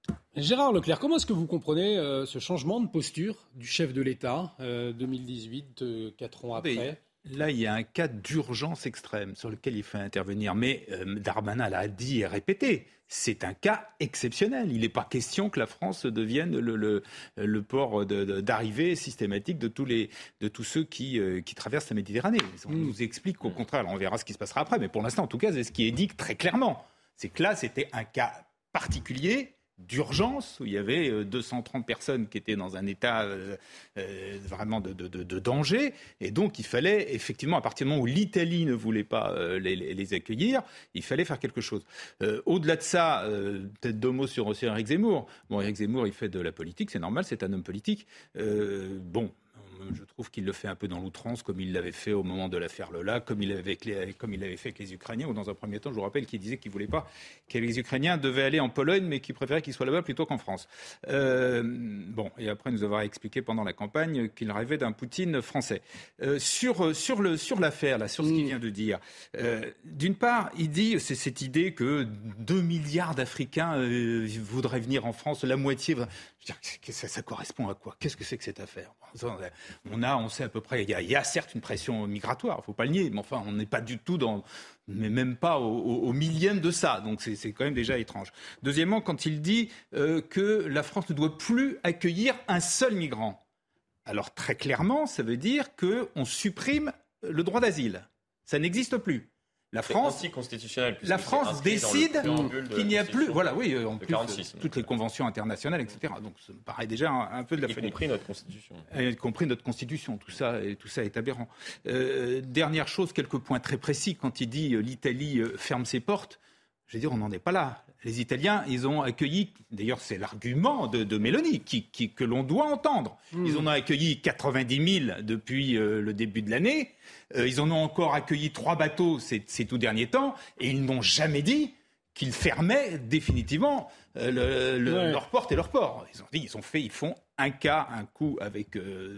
S2: Gérard Leclerc, comment est-ce que vous comprenez ce changement de posture du chef de l'État 2018, 4 ans après ?
S9: Là, il y a un cas d'urgence extrême sur lequel il faut intervenir. Mais Darmanin l'a dit et répété, c'est un cas exceptionnel. Il n'est pas question que la France devienne le port d'arrivée systématique de tous ceux qui traversent la Méditerranée. On nous explique qu'au contraire, alors on verra ce qui se passera après, mais pour l'instant, en tout cas, c'est ce qui est dit très clairement. C'est que là, c'était un cas particulier d'urgence, où il y avait 230 personnes qui étaient dans un état vraiment de danger. Et donc, il fallait, effectivement, à partir du moment où l'Italie ne voulait pas les accueillir, il fallait faire quelque chose. Au-delà de ça, peut-être 2 mots sur Éric Zemmour. Bon, Éric Zemmour, il fait de la politique, c'est normal, c'est un homme politique. Je trouve qu'il le fait un peu dans l'outrance, comme il l'avait fait au moment de l'affaire Lola, comme il l'avait fait avec les Ukrainiens, où dans un premier temps, je vous rappelle qu'il disait qu'il ne voulait pas que les Ukrainiens devaient aller en Pologne, mais qu'il préférait qu'ils soient là-bas plutôt qu'en France. Et après nous avoir expliqué pendant la campagne qu'il rêvait d'un Poutine français. Sur l'affaire, là, sur ce qu'il vient de dire, d'une part, il dit, c'est cette idée que 2 milliards d'Africains voudraient venir en France, la moitié... Je veux dire, ça correspond à quoi ? Qu'est-ce que c'est que cette affaire ? On sait à peu près, il y a certes une pression migratoire, il ne faut pas le nier, mais enfin, on n'est pas du tout mais même pas au millième de ça, donc c'est quand même déjà étrange. Deuxièmement, quand il dit que la France ne doit plus accueillir un seul migrant, alors très clairement, ça veut dire qu'on supprime le droit d'asile. Ça n'existe plus. La France décide qu'il n'y a plus. Voilà, oui, en plus,
S10: 46,
S9: toutes les conventions internationales, etc. Donc, ça me paraît déjà un peu de la folie.
S10: Y compris notre Constitution.
S9: Y compris notre Constitution. Tout ça est aberrant. Dernière chose, quelques points très précis. Quand il dit l'Italie ferme ses portes, je veux dire, on n'en est pas là. Les Italiens, ils ont accueilli, d'ailleurs c'est l'argument de Meloni que l'on doit entendre. Ils en ont accueilli 90 000 depuis le début de l'année. Ils en ont encore accueilli 3 bateaux ces tout derniers temps. Et ils n'ont jamais dit qu'ils fermaient définitivement leurs portes et leurs ports. Ils ont dit, ils font un coup avec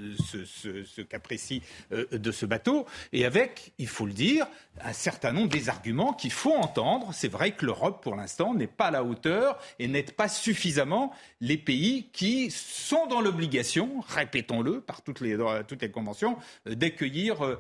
S9: ce cas précis de ce bateau, et avec, il faut le dire, un certain nombre des arguments qu'il faut entendre. C'est vrai que l'Europe, pour l'instant, n'est pas à la hauteur et n'aide pas suffisamment les pays qui sont dans l'obligation, répétons-le, par toutes les conventions, d'accueillir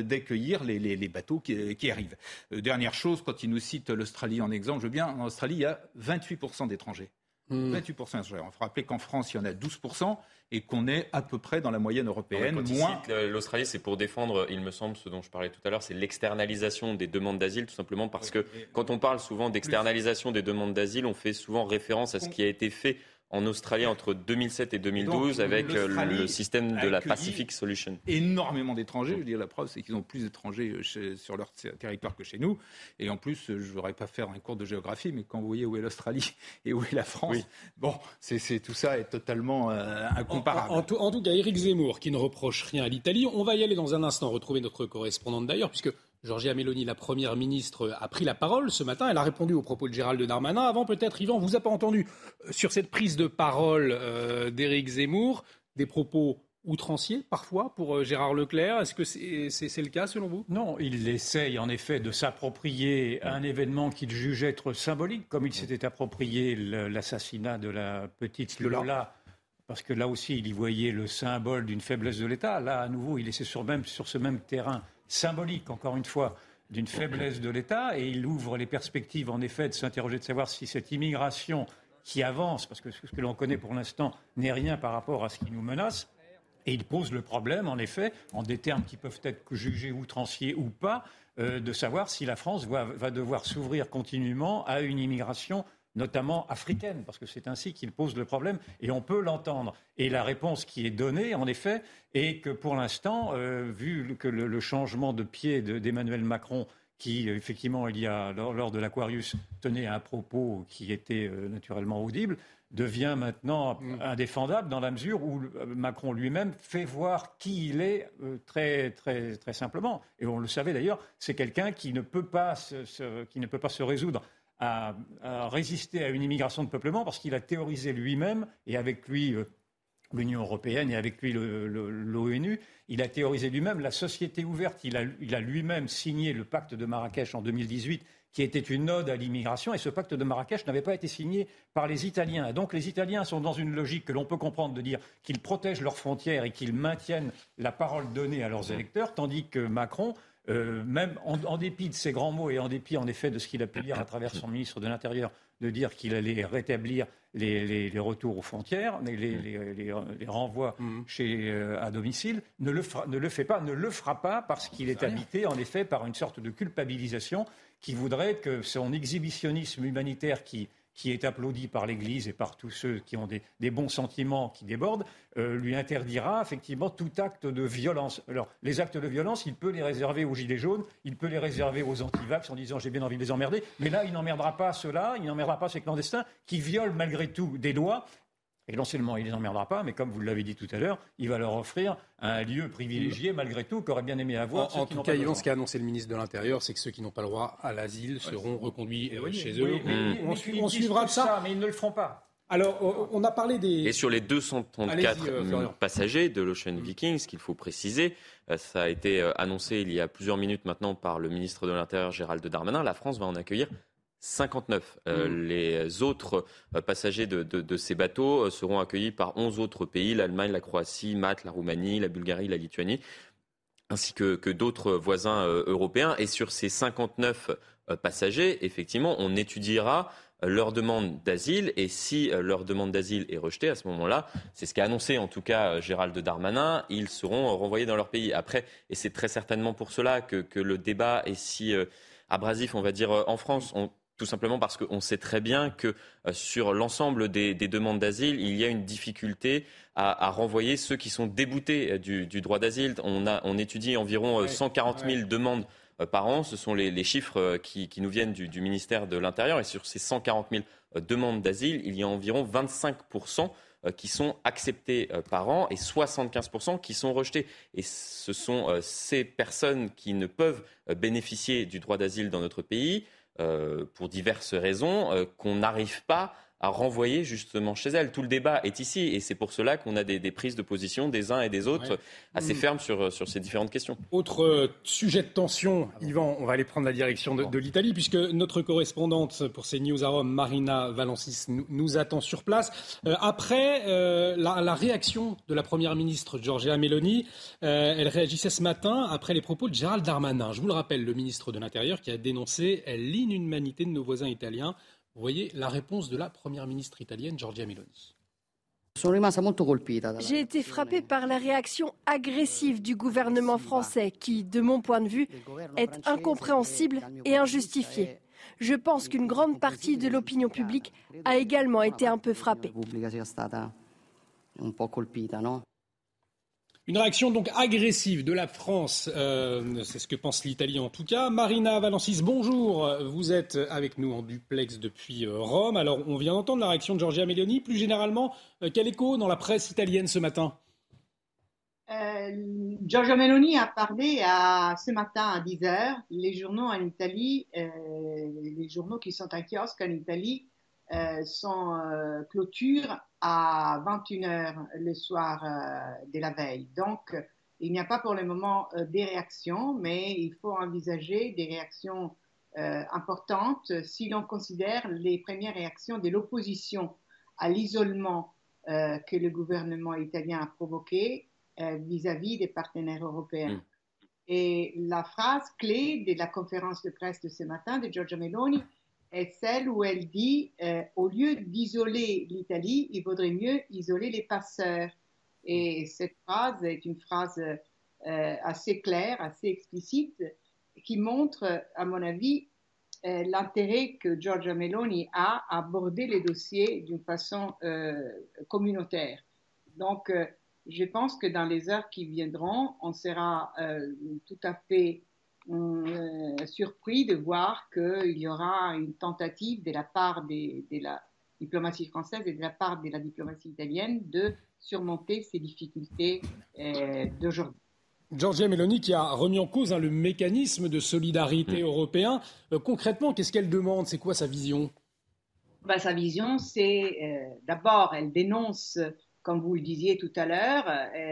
S9: les bateaux qui arrivent. Dernière chose, quand il nous cite l'Australie en exemple, je veux bien, en Australie, il y a 28% d'étrangers. 28% d'étrangers. Il faut rappeler qu'en France, il y en a 12% et qu'on est à peu près dans la moyenne européenne.
S10: Quand il cite l'Australie, c'est pour défendre, il me semble, ce dont je parlais tout à l'heure, c'est l'externalisation des demandes d'asile, tout simplement parce que quand on parle souvent d'externalisation des demandes d'asile, on fait souvent référence à ce qui a été fait en Australie entre 2007 et 2012 avec le système de la Pacific Solution.
S9: Énormément d'étrangers, je veux dire, la preuve c'est qu'ils ont plus d'étrangers sur leur territoire que chez nous. Et en plus, je ne voudrais pas faire un cours de géographie, mais quand vous voyez où est l'Australie et où est la France, bon, tout ça est totalement incomparable.
S2: En tout cas, Éric Zemmour, qui ne reproche rien à l'Italie, on va y aller dans un instant, retrouver notre correspondante d'ailleurs, puisque Giorgia Meloni, la première ministre, a pris la parole ce matin. Elle a répondu aux propos de Gérald Darmanin. Avant, peut-être, Yvan, on ne vous a pas entendu sur cette prise de parole d'Éric Zemmour, des propos outranciers parfois pour Gérard Leclerc. Est-ce que c'est le cas selon vous ?
S7: Non, il essaye en effet de s'approprier un événement qu'il juge être symbolique, comme il s'était approprié l'assassinat de la petite Lola. Parce que là aussi, il y voyait le symbole d'une faiblesse de l'État. Là, à nouveau, il est sur ce même terrain symbolique, encore une fois, d'une faiblesse de l'État. Et il ouvre les perspectives, en effet, de s'interroger, de savoir si cette immigration qui avance, parce que ce que l'on connaît pour l'instant n'est rien par rapport à ce qui nous menace. Et il pose le problème, en effet, en des termes qui peuvent être jugés outranciers ou pas, de savoir si la France va devoir s'ouvrir continuellement à une immigration notamment africaine, parce que c'est ainsi qu'il pose le problème, et on peut l'entendre. Et la réponse qui est donnée, en effet, est que pour l'instant, vu que le changement de pied d'Emmanuel Macron, qui, effectivement, lors de l'Aquarius, tenait un propos qui était naturellement audible, devient maintenant indéfendable dans la mesure où Macron lui-même fait voir qui il est très, très, très simplement. Et on le savait d'ailleurs, c'est quelqu'un qui ne peut pas se résoudre à résister à une immigration de peuplement parce qu'il a théorisé lui-même, et avec lui l'Union européenne et avec lui l'ONU, il a théorisé lui-même la société ouverte. Il a lui-même signé le pacte de Marrakech en 2018, qui était une ode à l'immigration, et ce pacte de Marrakech n'avait pas été signé par les Italiens. Donc les Italiens sont dans une logique que l'on peut comprendre de dire qu'ils protègent leurs frontières et qu'ils maintiennent la parole donnée à leurs électeurs, tandis que Macron, même en dépit de ses grands mots et en dépit en effet de ce qu'il a pu dire à travers son ministre de l'Intérieur, de dire qu'il allait rétablir les retours aux frontières, les renvois à domicile, ne le fera pas parce qu'il est habité en effet par une sorte de culpabilisation qui voudrait que son exhibitionnisme humanitaire qui est applaudi par l'Église et par tous ceux qui ont des bons sentiments qui débordent, lui interdira effectivement tout acte de violence. Alors, les actes de violence, il peut les réserver aux gilets jaunes, il peut les réserver aux antivax en disant « j'ai bien envie de les emmerder », mais là, il n'emmerdera pas ceux-là, il n'emmerdera pas ces clandestins qui violent malgré tout des lois. Et non seulement il ne les emmerdera pas, mais comme vous l'avez dit tout à l'heure, il va leur offrir un lieu privilégié, malgré tout, qu'aurait bien aimé avoir.
S2: En tout cas, Yvan, ce qu'a annoncé le ministre de l'Intérieur, c'est que ceux qui n'ont pas le droit à l'asile seront reconduits chez eux.
S7: On suivra ça, mais ils ne le feront pas.
S2: Alors, on a parlé des...
S10: Et sur les 234 passagers de l'Ocean Viking, ce qu'il faut préciser, ça a été annoncé il y a plusieurs minutes maintenant par le ministre de l'Intérieur, Gérald Darmanin, la France va en accueillir 59. Les autres passagers de ces bateaux seront accueillis par 11 autres pays, l'Allemagne, la Croatie, Malte, la Roumanie, la Bulgarie, la Lituanie, ainsi que d'autres voisins européens. Et sur ces 59 passagers, effectivement, on étudiera leur demande d'asile. Et si leur demande d'asile est rejetée, à ce moment-là, c'est ce qu'a annoncé en tout cas Gérald Darmanin, ils seront renvoyés dans leur pays. Après, et c'est très certainement pour cela que le débat est si abrasif, on va dire, en France. Tout simplement parce qu'on sait très bien que sur l'ensemble des demandes d'asile, il y a une difficulté à renvoyer ceux qui sont déboutés du droit d'asile. On étudie environ 140 000 demandes par an. Ce sont les chiffres qui nous viennent du ministère de l'Intérieur. Et sur ces 140 000 demandes d'asile, il y a environ 25% qui sont acceptées par an et 75% qui sont rejetées. Et ce sont ces personnes qui ne peuvent bénéficier du droit d'asile dans notre pays pour diverses raisons, qu'on n'arrive pas à renvoyer justement chez elles. Tout le débat est ici et c'est pour cela qu'on a des prises de position des uns et des autres assez fermes sur ces différentes questions.
S2: Autre sujet de tension, Yvan, on va aller prendre la direction de l'Italie puisque notre correspondante pour CNews à Rome, Marina Valensis, nous attend sur place. Après la réaction de la Première ministre Giorgia Meloni, elle réagissait ce matin après les propos de Gérald Darmanin. Je vous le rappelle, le ministre de l'Intérieur qui a dénoncé l'inhumanité de nos voisins italiens. Vous voyez la réponse de la Première ministre italienne, Giorgia Meloni.
S5: J'ai été frappée par la réaction agressive du gouvernement français qui, de mon point de vue, est incompréhensible et injustifiée. Je pense qu'une grande partie de l'opinion publique a également été un peu frappée.
S2: Une réaction donc agressive de la France, c'est ce que pense l'Italie en tout cas. Marina Valensis, bonjour, vous êtes avec nous en duplex depuis Rome. Alors on vient d'entendre la réaction de Giorgia Meloni. Plus généralement, quel écho dans la presse italienne ce matin ?
S18: Giorgia Meloni a parlé ce matin à 10h. Les journaux en Italie, les journaux qui sont en kiosque en Italie, sont clôture à 21h le soir de la veille. Donc, il n'y a pas pour le moment des réactions, mais il faut envisager des réactions importantes si l'on considère les premières réactions de l'opposition à l'isolement que le gouvernement italien a provoqué vis-à-vis des partenaires européens. Et la phrase clé de la conférence de presse de ce matin de Giorgia Meloni est celle où elle dit au lieu d'isoler l'Italie, il vaudrait mieux isoler les passeurs. Et cette phrase est une phrase assez claire, assez explicite, qui montre, à mon avis, l'intérêt que Giorgia Meloni a à aborder les dossiers d'une façon communautaire. Donc, je pense que dans les heures qui viendront, on sera tout à fait surpris de voir qu'il y aura une tentative de la part de la diplomatie française et de la part de la diplomatie italienne de surmonter ces difficultés d'aujourd'hui.
S2: Giorgia Meloni qui a remis en cause le mécanisme de solidarité européen. Concrètement, qu'est-ce qu'elle demande ? C'est quoi sa vision ?
S18: Sa vision, c'est d'abord, elle dénonce, comme vous le disiez tout à l'heure,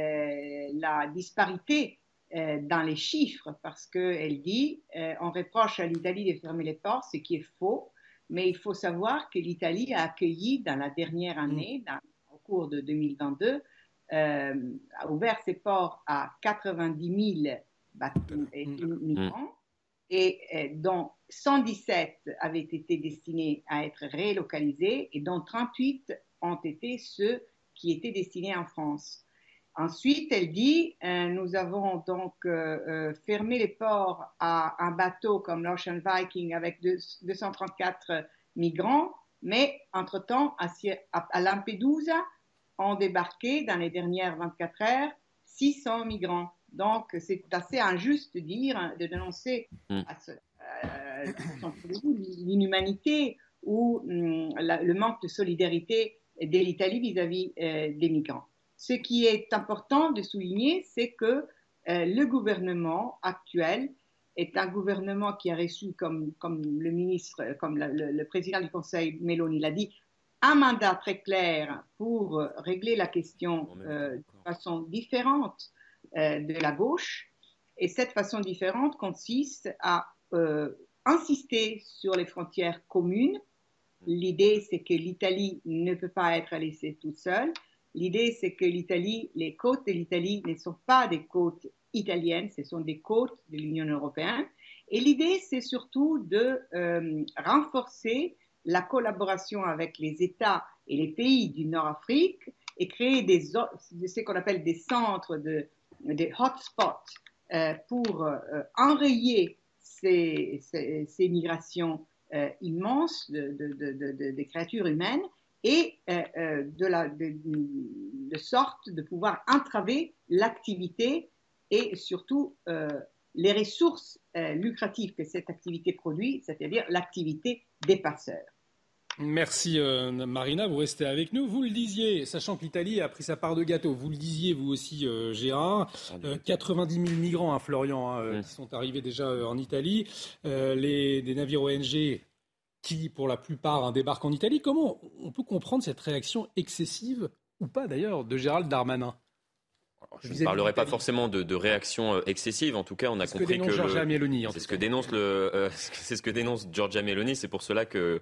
S18: la disparité dans les chiffres, parce qu'elle dit on reproche à l'Italie de fermer les ports, ce qui est faux, mais il faut savoir que l'Italie a accueilli dans la dernière année, au cours de 2022, a ouvert ses ports à 90 000 migrants, et dont 117 avaient été destinés à être relocalisés, et dont 38 ont été ceux qui étaient destinés en France. Ensuite, elle dit nous avons donc fermé les ports à un bateau comme l'Ocean Viking avec 234 migrants, mais entre-temps, à Lampedusa, ont débarqué dans les dernières 24 heures 600 migrants. Donc, c'est assez injuste de dénoncer l'inhumanité ou le manque de solidarité de l'Italie vis-à-vis des migrants. Ce qui est important de souligner, c'est que le gouvernement actuel est un gouvernement qui a reçu, comme le ministre, comme le président du Conseil Meloni l'a dit, un mandat très clair pour régler la question de façon différente de la gauche. Et cette façon différente consiste à insister sur les frontières communes. L'idée, c'est que l'Italie ne peut pas être laissée toute seule. L'idée, c'est que les côtes de l'Italie ne sont pas des côtes italiennes, ce sont des côtes de l'Union européenne. Et l'idée, c'est surtout de renforcer la collaboration avec les États et les pays du Nord-Afrique et créer ce qu'on appelle des centres, des hotspots pour enrayer ces migrations immenses des créatures humaines et de sorte de pouvoir entraver l'activité et surtout les ressources lucratives que cette activité produit, c'est-à-dire l'activité des passeurs.
S2: Merci Marina, vous restez avec nous. Vous le disiez, sachant que l'Italie a pris sa part de gâteau, vous le disiez vous aussi Gérard, 90 000 migrants, Florian, qui sont arrivés déjà en Italie, des navires ONG qui pour la plupart débarquent en Italie. Comment on peut comprendre cette réaction excessive, ou pas d'ailleurs, de Gérald Darmanin ?
S10: Je ne parlerai pas forcément de réaction excessive. En tout cas, on a compris que c'est ce que dénonce Giorgia Meloni. C'est pour cela que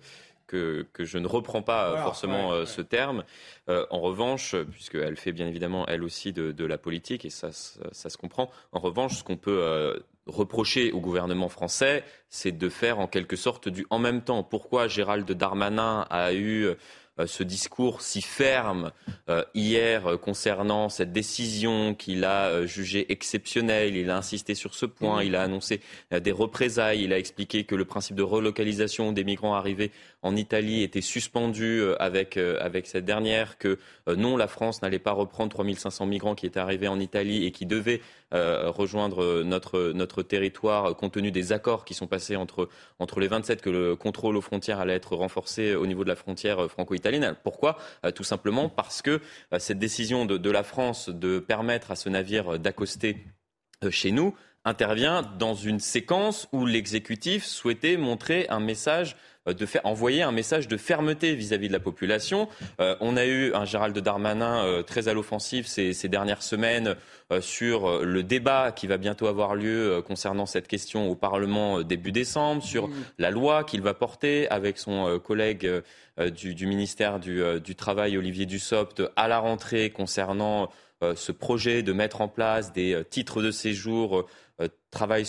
S10: je ne reprends pas forcément ce terme. En revanche, puisqu'elle fait bien évidemment elle aussi de la politique, et ça se comprend. En revanche, ce qu'on peut reprocher au gouvernement français, c'est de faire en quelque sorte du en même temps. Pourquoi Gérald Darmanin a eu ce discours si ferme hier concernant cette décision qu'il a jugée exceptionnelle. Il a insisté sur ce point, il a annoncé des représailles, il a expliqué que le principe de relocalisation des migrants arrivés en Italie était suspendu avec cette dernière, que non, la France n'allait pas reprendre 3500 migrants qui étaient arrivés en Italie et qui devaient rejoindre notre territoire compte tenu des accords qui sont passés entre les 27, que le contrôle aux frontières allait être renforcé au niveau de la frontière franco-italienne. Pourquoi ? Tout simplement parce que cette décision de la France de permettre à ce navire d'accoster chez nous intervient dans une séquence où l'exécutif souhaitait montrer un message envoyer un message de fermeté vis-à-vis de la population. On a eu un Gérald Darmanin très à l'offensive ces dernières semaines sur le débat qui va bientôt avoir lieu concernant cette question au Parlement début décembre, sur la loi qu'il va porter avec son collègue du ministère du Travail, Olivier Dussopt, à la rentrée concernant ce projet de mettre en place des titres de séjour travail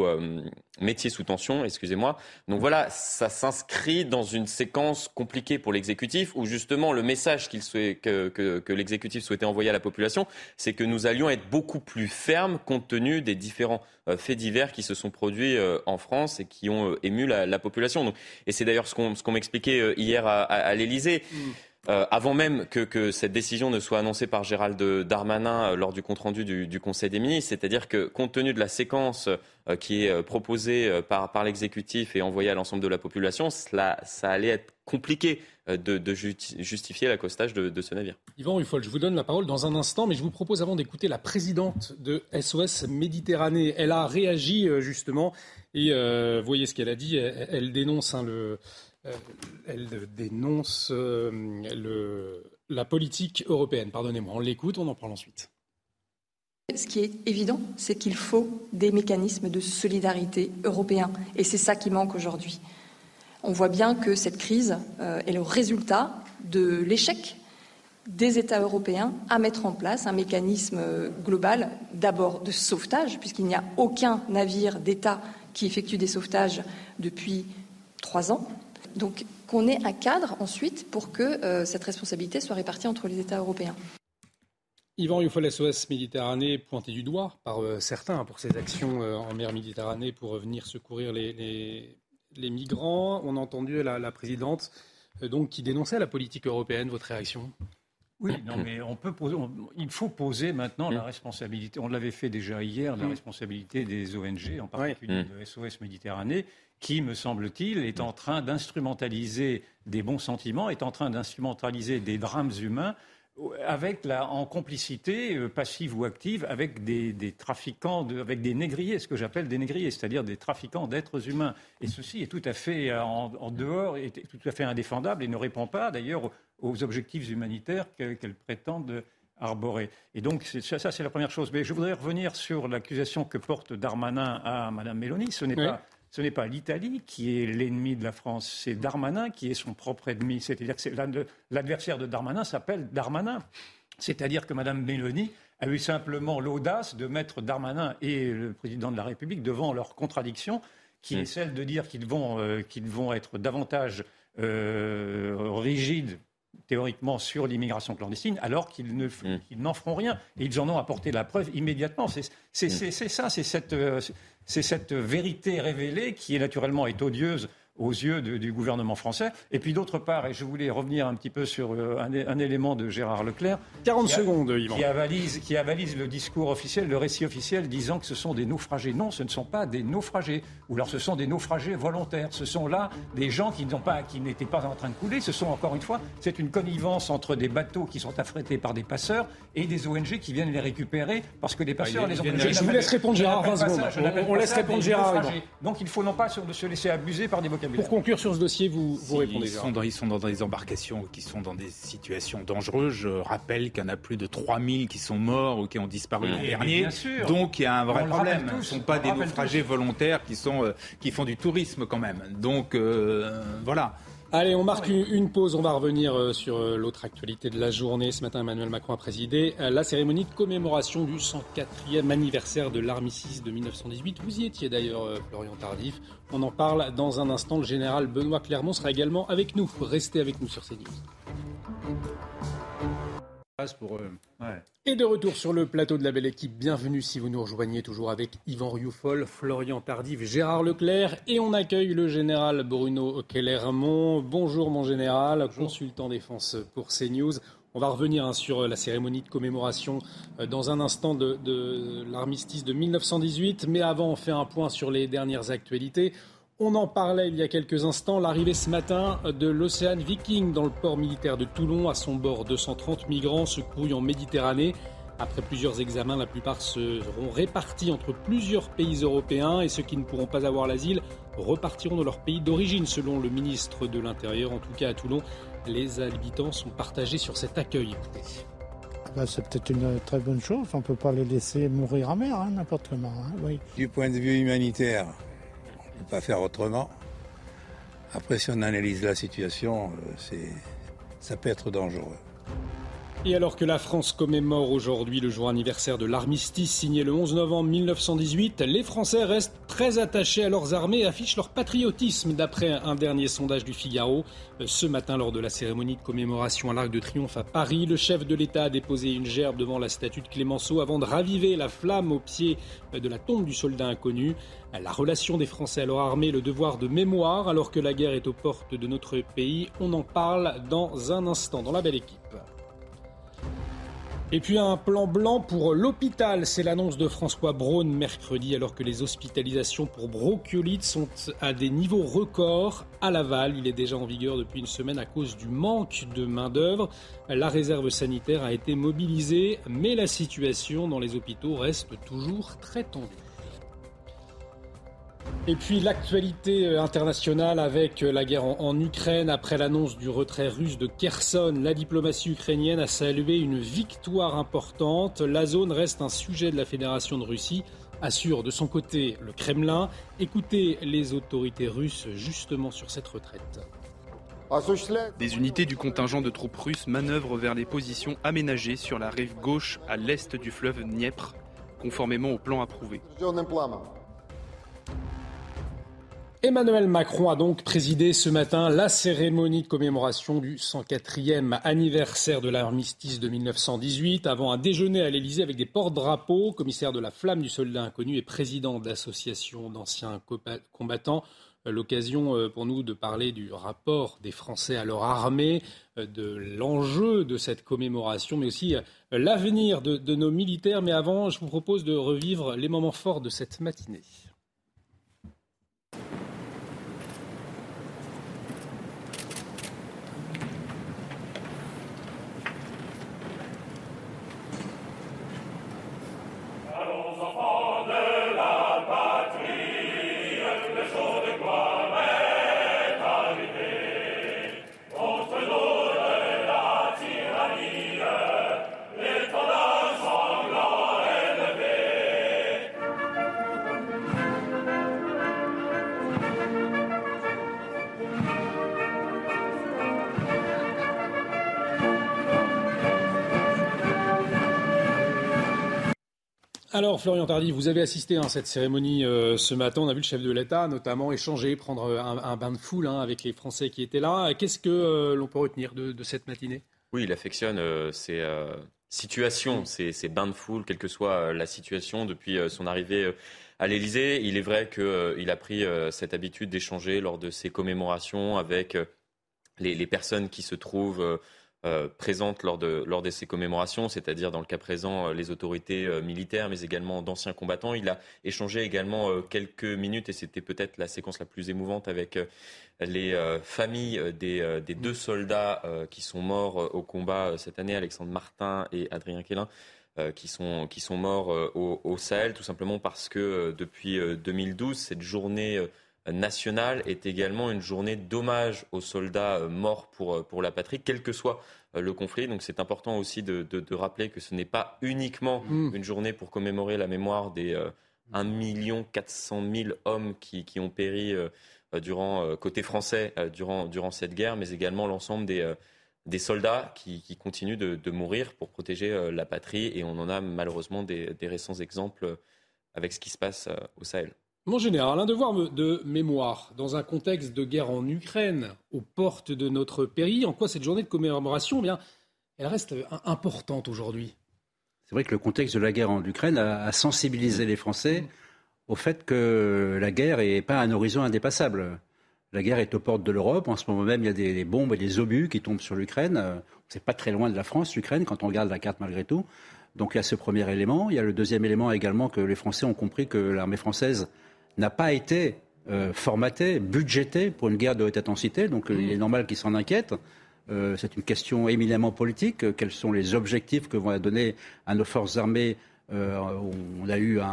S10: métier sous tension, excusez-moi. Donc voilà, ça s'inscrit dans une séquence compliquée pour l'exécutif où justement le message que l'exécutif souhaitait envoyer à la population, c'est que nous allions être beaucoup plus fermes compte tenu des différents faits divers qui se sont produits en France et qui ont ému la population. Donc, et c'est d'ailleurs ce qu'on m'expliquait hier à l'Élysée. Avant même que cette décision ne soit annoncée par Gérald Darmanin lors du compte-rendu du Conseil des ministres, c'est-à-dire que compte tenu de la séquence qui est proposée par l'exécutif et envoyée à l'ensemble de la population, ça allait être compliqué de justifier l'accostage de ce navire.
S2: Yvan Rufol, je vous donne la parole dans un instant, mais je vous propose avant d'écouter la présidente de SOS Méditerranée. Elle a réagi justement et voyez ce qu'elle a dit. Elle dénonce la politique européenne. Pardonnez-moi, on l'écoute, on en parle ensuite.
S19: Ce qui est évident, c'est qu'il faut des mécanismes de solidarité européens. Et c'est ça qui manque aujourd'hui. On voit bien que cette crise est le résultat de l'échec des États européens à mettre en place un mécanisme global, d'abord de sauvetage, puisqu'il n'y a aucun navire d'État qui effectue des sauvetages depuis 3 ans. Donc qu'on ait un cadre ensuite pour que cette responsabilité soit répartie entre les États européens.
S2: Yvan Rufol, SOS Méditerranée, pointé du doigt par certains pour ses actions en mer Méditerranée pour venir secourir les migrants. On a entendu la présidente donc, qui dénonçait la politique européenne. Votre réaction ?
S7: Oui, non, mais il faut poser maintenant la responsabilité. On l'avait fait déjà hier, la responsabilité des ONG, en particulier de SOS Méditerranée, qui, me semble-t-il, est en train d'instrumentaliser des bons sentiments, est en train d'instrumentaliser des drames humains en complicité passive ou active avec des trafiquants, avec des négriers, ce que j'appelle des négriers, c'est-à-dire des trafiquants d'êtres humains. Et ceci est tout à fait en dehors, est tout à fait indéfendable et ne répond pas d'ailleurs aux objectifs humanitaires qu'elle prétendent arborer. Et donc ça, c'est la première chose. Mais je voudrais revenir sur l'accusation que porte Darmanin à Mme Meloni. Ce n'est pas l'Italie qui est l'ennemi de la France, c'est Darmanin qui est son propre ennemi. C'est-à-dire que l'adversaire de Darmanin s'appelle Darmanin. C'est-à-dire que Mme Meloni a eu simplement l'audace de mettre Darmanin et le président de la République devant leurs contradictions qui est celle de dire qu'ils vont être davantage rigides théoriquement sur l'immigration clandestine, alors qu'ils n'en feront rien. Et ils en ont apporté la preuve immédiatement. C'est ça, c'est cette vérité révélée qui est naturellement odieuse aux yeux du gouvernement français. Et puis d'autre part, et je voulais revenir un petit peu sur un élément de Gérard Leclerc,
S2: 40 secondes, Yvan.
S7: Qui avalise le discours officiel, le récit officiel, disant que ce sont des naufragés. Non, ce ne sont pas des naufragés. Ou alors ce sont des naufragés volontaires. Ce sont là des gens qui n'étaient pas en train de couler. Ce sont, encore une fois, c'est une connivence entre des bateaux qui sont affrétés par des passeurs et des ONG qui viennent les récupérer parce que les passeurs les ont...
S2: Je vous laisse répondre, Gérard, 20 secondes. On laisse répondre Gérard.
S7: Donc il faut non pas se laisser abuser par des vocabulaires.
S2: Pour conclure sur ce dossier, vous répondez.
S9: Ils sont dans des embarcations qui sont dans des situations dangereuses. Je rappelle qu'il y en a plus de 3000 qui sont morts ou qui ont disparu l'an dernier. Donc il y a un vrai problème. Ce ne sont pas des naufragés volontaires qui font du tourisme quand même. Donc voilà.
S2: Allez, on marque une pause. On va revenir sur l'autre actualité de la journée. Ce matin, Emmanuel Macron a présidé la cérémonie de commémoration du 104e anniversaire de l'armistice de 1918. Vous y étiez d'ailleurs, Florian Tardif. On en parle dans un instant. Le général Benoît Clermont sera également avec nous. Restez avec nous sur CNews. Et de retour sur le plateau de la belle équipe, bienvenue si vous nous rejoignez, toujours avec Yvan Rioufol, Florian Tardif, Gérard Leclerc, et on accueille le général Bruno Clermont. Bonjour mon général, bonjour. Consultant défense pour CNews. On va revenir sur la cérémonie de commémoration dans un instant de l'armistice de 1918, mais avant on fait un point sur les dernières actualités. On en parlait il y a quelques instants, l'arrivée ce matin de l'Océan Viking dans le port militaire de Toulon. À son bord, 230 migrants se grouillent en Méditerranée. Après plusieurs examens, la plupart seront répartis entre plusieurs pays européens et ceux qui ne pourront pas avoir l'asile repartiront dans leur pays d'origine, selon le ministre de l'Intérieur. En tout cas, à Toulon, les habitants sont partagés sur cet accueil. Écoutez.
S3: C'est peut-être une très bonne chose. On ne peut pas les laisser mourir à mer, n'importe comment. Oui.
S4: Du point de vue humanitaire, on ne peut pas faire autrement. Après, si on analyse la situation, ça peut être dangereux.
S2: Et alors que la France commémore aujourd'hui le jour anniversaire de l'armistice signé le 11 novembre 1918, les Français restent très attachés à leurs armées et affichent leur patriotisme, d'après un dernier sondage du Figaro. Ce matin, lors de la cérémonie de commémoration à l'Arc de Triomphe à Paris, le chef de l'État a déposé une gerbe devant la statue de Clémenceau avant de raviver la flamme au pied de la tombe du soldat inconnu. La relation des Français à leur armée, le devoir de mémoire, alors que la guerre est aux portes de notre pays. On en parle dans un instant dans la belle équipe. Et puis un plan blanc pour l'hôpital, c'est l'annonce de François Braun mercredi, alors que les hospitalisations pour bronchiolite sont à des niveaux records. À Laval, il est déjà en vigueur depuis une semaine à cause du manque de main-d'œuvre. La réserve sanitaire a été mobilisée, mais la situation dans les hôpitaux reste toujours très tendue. Et puis l'actualité internationale avec la guerre en Ukraine. Après l'annonce du retrait russe de Kherson, la diplomatie ukrainienne a salué une victoire importante. La zone reste un sujet de la Fédération de Russie, assure de son côté le Kremlin. Écoutez les autorités russes justement sur cette retraite.
S20: Des unités du contingent de troupes russes manœuvrent vers les positions aménagées sur la rive gauche à l'est du fleuve Dniepr, conformément au plan approuvé.
S2: Emmanuel Macron a donc présidé ce matin la cérémonie de commémoration du 104e anniversaire de l'armistice de 1918, avant un déjeuner à l'Élysée avec des porte-drapeaux, commissaire de la Flamme du soldat inconnu et président d'associations d'anciens combattants. L'occasion pour nous de parler du rapport des Français à leur armée, de l'enjeu de cette commémoration, mais aussi l'avenir de nos militaires. Mais avant, je vous propose de revivre les moments forts de cette matinée. Alors, Florian Tardif, vous avez assisté à cette cérémonie ce matin. On a vu le chef de l'État, notamment, échanger, prendre un bain de foule avec les Français qui étaient là. Qu'est-ce que l'on peut retenir de cette matinée ?
S10: Oui, il affectionne ces situations, ces bains de foule, quelle que soit la situation, depuis son arrivée à l'Élysée. Il est vrai qu'il a pris cette habitude d'échanger lors de ces commémorations avec les personnes qui se trouvent présentes lors de ces commémorations, c'est-à-dire dans le cas présent les autorités militaires, mais également d'anciens combattants. Il a échangé également quelques minutes, et c'était peut-être la séquence la plus émouvante, avec les familles des 2 soldats qui sont morts au combat cette année, Alexandre Martin et Adrien Quélin, qui sont morts au Sahel, tout simplement parce que depuis 2012, cette journée nationale est également une journée d'hommage aux soldats morts pour la patrie, quel que soit le conflit. Donc c'est important aussi de rappeler que ce n'est pas uniquement une journée pour commémorer la mémoire des 1 400 000 hommes qui ont péri côté français durant cette guerre, mais également l'ensemble des soldats qui continuent de mourir pour protéger la patrie. Et on en a malheureusement des récents exemples avec ce qui se passe au Sahel.
S2: Mon général, un devoir de mémoire dans un contexte de guerre en Ukraine, aux portes de notre pays. En quoi cette journée de commémoration, elle reste importante aujourd'hui ?
S21: C'est vrai que le contexte de la guerre en Ukraine a sensibilisé les Français au fait que la guerre n'est pas un horizon indépassable. La guerre est aux portes de l'Europe. En ce moment même, il y a des bombes et des obus qui tombent sur l'Ukraine. C'est pas très loin de la France, l'Ukraine, quand on regarde la carte malgré tout. Donc il y a ce premier élément. Il y a le deuxième élément également, que les Français ont compris que l'armée française n'a pas été formatée, budgétée pour une guerre de haute intensité. Donc il est normal qu'ils s'en inquiètent. C'est une question éminemment politique. Quels sont les objectifs que vont donner à nos forces armées ? Il y a eu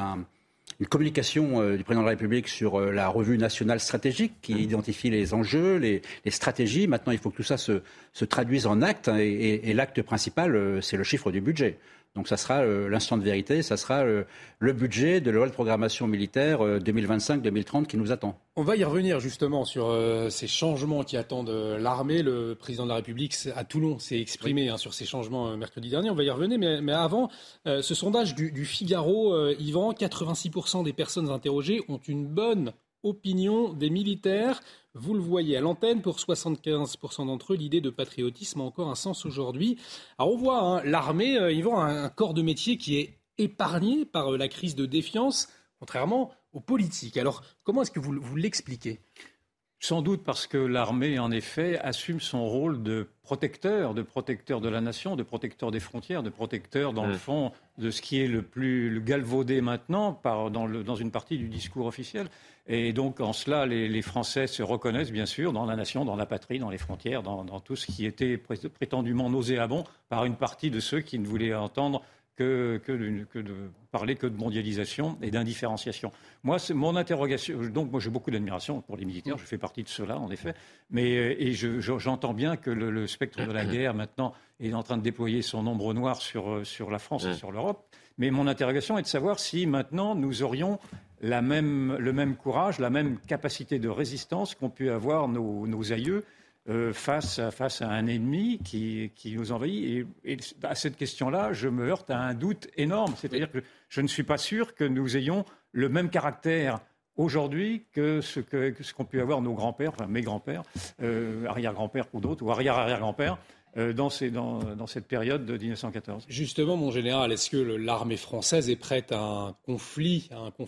S21: une communication du président de la République sur la revue nationale stratégique qui identifie les enjeux, les stratégies. Maintenant, il faut que tout ça se traduise en actes. Et l'acte principal, c'est le chiffre du budget. Donc ça sera l'instant de vérité, ça sera le budget de la loi de programmation militaire 2025-2030 qui nous attend.
S2: On va y revenir justement sur ces changements qui attendent l'armée. Le président de la République à Toulon s'est exprimé sur ces changements mercredi dernier. On va y revenir, mais avant, ce sondage du Figaro, Yvan, 86% des personnes interrogées ont une bonne opinion des militaires. Vous le voyez à l'antenne, pour 75% d'entre eux, l'idée de patriotisme a encore un sens aujourd'hui. Alors on voit l'armée, Yvan, un corps de métier qui est épargné par la crise de défiance, contrairement aux politiques. Alors comment est-ce que vous l'expliquez ?
S7: Sans doute parce que l'armée, en effet, assume son rôle de protecteur de la nation, de protecteur des frontières, de protecteur, dans le fond, de ce qui est le plus galvaudé maintenant dans une partie du discours officiel. Et donc, en cela, les Français se reconnaissent, bien sûr, dans la nation, dans la patrie, dans les frontières, dans tout ce qui était prétendument nauséabond par une partie de ceux qui ne voulaient entendre que de parler que de mondialisation et d'indifférenciation. Moi, c'est mon interrogation. Donc, moi, j'ai beaucoup d'admiration pour les militaires. Je fais partie de ceux-là, en effet. Mais j'entends bien que le spectre de la guerre, maintenant, est en train de déployer son ombre noire sur la France et sur l'Europe. Mais mon interrogation est de savoir si, maintenant, nous aurions le même courage, la même capacité de résistance qu'ont pu avoir nos aïeux face à un ennemi qui nous envahit. Et à cette question-là, je me heurte à un doute énorme. C'est-à-dire que je ne suis pas sûr que nous ayons le même caractère aujourd'hui que ce qu'ont pu avoir nos grands-pères, enfin mes grands-pères, arrière-grands-pères pour d'autres, ou arrière-arrière-grands-pères, dans cette période de 1914.
S2: Justement, mon général, est-ce que l'armée française est prête à un conflit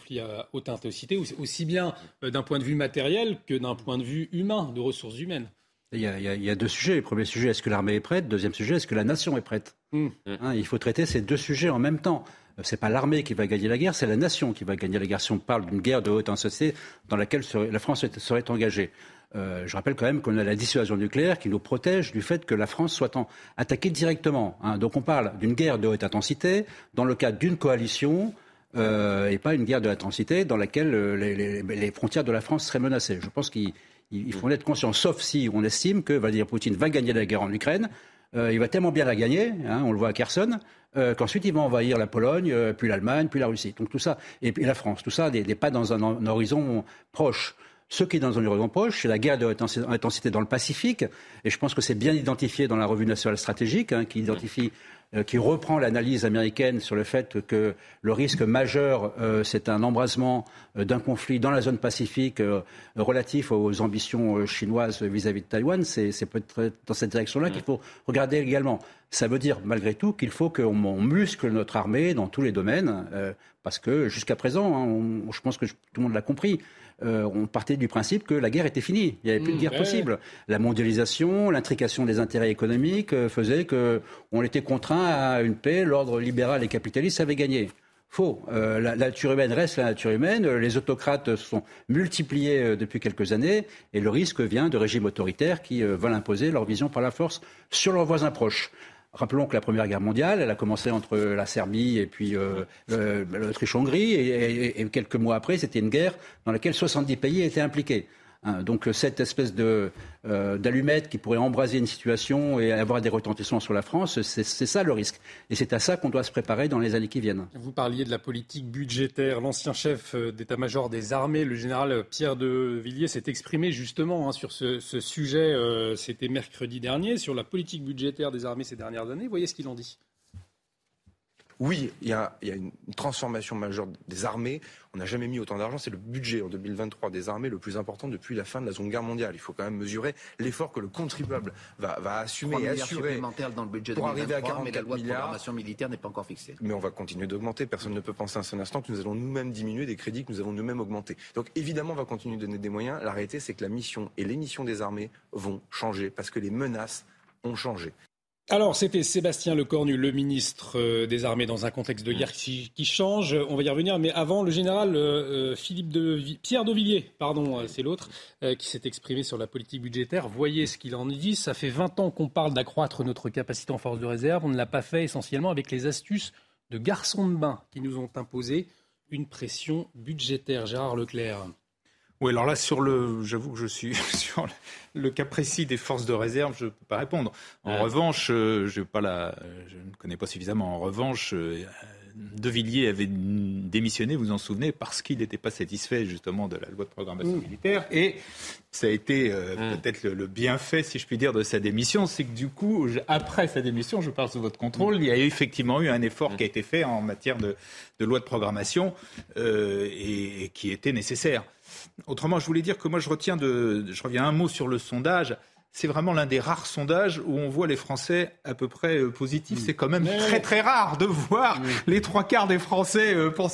S2: à haute intensité, aussi bien d'un point de vue matériel que d'un point de vue humain, de ressources humaines ?
S21: Il y a deux sujets. Le premier sujet, est-ce que l'armée est prête ? Deuxième sujet, est-ce que la nation est prête ? Il faut traiter ces deux sujets en même temps. Ce n'est pas l'armée qui va gagner la guerre, c'est la nation qui va gagner la guerre. Si on parle d'une guerre de haute intensité dans laquelle la France serait engagée. Je rappelle quand même qu'on a la dissuasion nucléaire qui nous protège du fait que la France soit attaquée directement. Donc on parle d'une guerre de haute intensité dans le cadre d'une coalition et pas une guerre de haute intensité dans laquelle les frontières de la France seraient menacées. Je pense qu'il faut en être conscient, sauf si on estime que Vladimir Poutine va gagner la guerre en Ukraine. Il va tellement bien la gagner, on le voit à Kherson, qu'ensuite il va envahir la Pologne, puis l'Allemagne, puis la Russie. Donc tout ça, et la France, tout ça n'est pas dans un horizon proche. Ce qui est dans un horizon proche, c'est la guerre de haute intensité dans le Pacifique. Et je pense que c'est bien identifié dans la revue nationale stratégique, qui identifie qui reprend l'analyse américaine sur le fait que le risque majeur, c'est un embrasement d'un conflit dans la zone Pacifique relatif aux ambitions chinoises vis-à-vis de Taïwan. C'est peut-être dans cette direction-là qu'il faut regarder également. Ça veut dire, malgré tout, qu'il faut qu'on muscle notre armée dans tous les domaines, parce que jusqu'à présent, je pense que tout le monde l'a compris, on partait du principe que la guerre était finie. Il n'y avait plus de guerre possible. La mondialisation, l'intrication des intérêts économiques faisait qu'on était contraint à une paix. L'ordre libéral et capitaliste avait gagné. Faux. La nature humaine reste la nature humaine. Les autocrates se sont multipliés depuis quelques années et le risque vient de régimes autoritaires qui veulent imposer leur vision par la force sur leurs voisins proches. Rappelons que la Première Guerre mondiale, elle a commencé entre la Serbie et puis l'Autriche-Hongrie. Et quelques mois après, c'était une guerre dans laquelle 70 pays étaient impliqués. Donc cette espèce d'allumette qui pourrait embraser une situation et avoir des retentissements sur la France, c'est ça le risque. Et c'est à ça qu'on doit se préparer dans les années qui viennent.
S2: Vous parliez de la politique budgétaire. L'ancien chef d'état-major des armées, le général Pierre de Villiers, s'est exprimé justement sur ce sujet. C'était mercredi dernier, sur la politique budgétaire des armées ces dernières années. Vous voyez ce qu'il en dit ?
S1: Oui, il y a une transformation majeure des armées. On n'a jamais mis autant d'argent. C'est le budget en 2023 des armées le plus important depuis la fin de la Seconde Guerre mondiale. Il faut quand même mesurer l'effort que le contribuable va assumer et assurer
S22: supplémentaires dans le budget
S1: pour
S22: 2023,
S1: arriver à 44
S22: mais la loi de
S1: milliards.
S22: programmation militaire n'est pas encore fixée.
S1: Mais on va continuer d'augmenter. Personne ne peut penser un seul instant que nous allons nous-mêmes diminuer des crédits que nous avons nous-mêmes augmentés. Donc évidemment, on va continuer de donner des moyens. La réalité, c'est que la mission et les missions des armées vont changer parce que les menaces ont changé.
S2: Alors, c'était Sébastien Lecornu, le ministre des Armées, dans un contexte de guerre qui change. On va y revenir, mais avant, le général Pierre de Villiers, c'est l'autre, qui s'est exprimé sur la politique budgétaire. Voyez ce qu'il en dit. Ça fait 20 ans qu'on parle d'accroître notre capacité en force de réserve. On ne l'a pas fait essentiellement avec les astuces de garçons de bain qui nous ont imposé une pression budgétaire. Gérard Leclerc.
S9: Oui, alors là, j'avoue que je suis sur le cas précis des forces de réserve, je ne peux pas répondre. En revanche, je ne connais pas suffisamment. En revanche, De Villiers avait démissionné, vous vous en souvenez, parce qu'il n'était pas satisfait justement de la loi de programmation militaire. Et ça a été peut-être le bienfait, si je puis dire, de sa démission. C'est que du coup, après sa démission, je parle sous votre contrôle, il y a effectivement eu un effort qui a été fait en matière de loi de programmation et qui était nécessaire. Autrement, je voulais dire que moi, je reviens un mot sur le sondage. C'est vraiment l'un des rares sondages où on voit les Français à peu près positifs. C'est quand même très très rare de voir les 3/4 des Français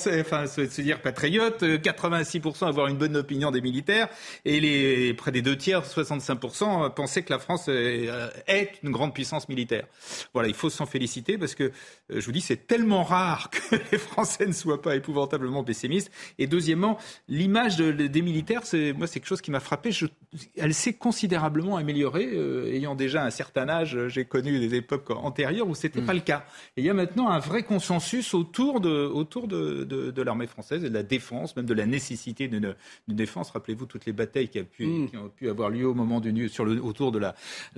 S9: se dire patriotes, 86% avoir une bonne opinion des militaires et près des 2/3, 65% pensaient que la France est une grande puissance militaire. Voilà, il faut s'en féliciter parce que je vous dis c'est tellement rare que les Français ne soient pas épouvantablement pessimistes. Et deuxièmement, l'image des militaires, c'est quelque chose qui m'a frappé. Elle s'est considérablement améliorée. Ayant déjà un certain âge, j'ai connu des époques antérieures où c'était pas le cas. Et il y a maintenant un vrai consensus autour de l'armée française et de la défense, même de la nécessité d'une défense. Rappelez-vous toutes les batailles qui ont pu avoir lieu au moment autour de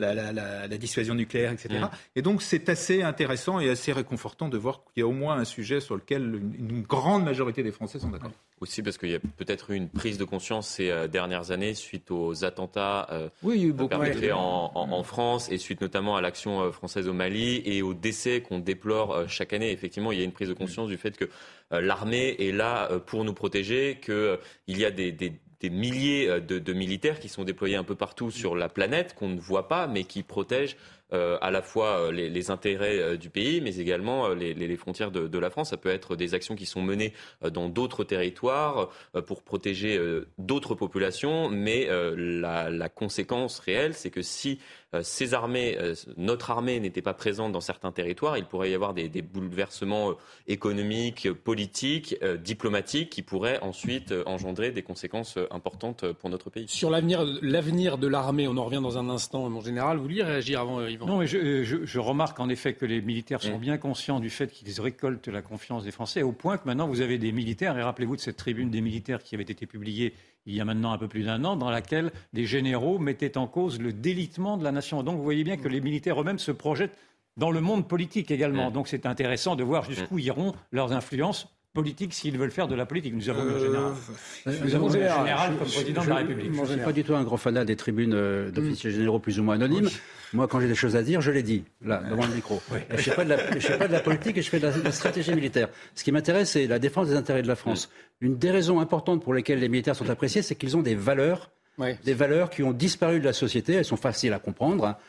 S9: la dissuasion nucléaire, etc. Et donc c'est assez intéressant et assez réconfortant de voir qu'il y a au moins un sujet sur lequel une grande majorité des Français sont d'accord.
S10: Aussi parce qu'il y a peut-être eu une prise de conscience ces dernières années suite aux attentats perpétrés en France et suite notamment à l'action française au Mali et aux décès qu'on déplore chaque année. Effectivement, il y a une prise de conscience du fait que l'armée est là pour nous protéger, qu'il y a des milliers de militaires qui sont déployés un peu partout sur la planète, qu'on ne voit pas, mais qui protègent à la fois les intérêts du pays, mais également les frontières de la France. Ça peut être des actions qui sont menées dans d'autres territoires pour protéger d'autres populations, mais la conséquence réelle, c'est que si ces armées, notre armée n'était pas présente dans certains territoires, il pourrait y avoir des bouleversements économiques, politiques, diplomatiques qui pourraient ensuite engendrer des conséquences importantes pour notre pays.
S2: Sur l'avenir de l'armée, on en revient dans un instant. Mon général, vous vouliez réagir avant Yvan ?
S7: Non, mais je remarque en effet que les militaires sont bien conscients du fait qu'ils récoltent la confiance des Français, au point que maintenant vous avez des militaires, et rappelez-vous de cette tribune des militaires qui avait été publiée il y a maintenant un peu plus d'1 an, dans laquelle des généraux mettaient en cause le délitement de la nation. Donc vous voyez bien que les militaires eux-mêmes se projettent dans le monde politique également. Donc c'est intéressant de voir jusqu'où iront leurs influences politique s'ils veulent faire de la politique. Nous avons le général. Nous avons le général comme président de la République.
S21: Je ne suis pas du tout un grand fanat des tribunes d'officiers généraux plus ou moins anonymes. Oui. Moi, quand j'ai des choses à dire, je les dis, là, devant le micro. Oui. Je ne fais pas de la politique et je fais de la stratégie militaire. Ce qui m'intéresse, c'est la défense des intérêts de la France. Une des raisons importantes pour lesquelles les militaires sont appréciés, c'est qu'ils ont des valeurs qui ont disparu de la société. Elles sont faciles à comprendre. Hein.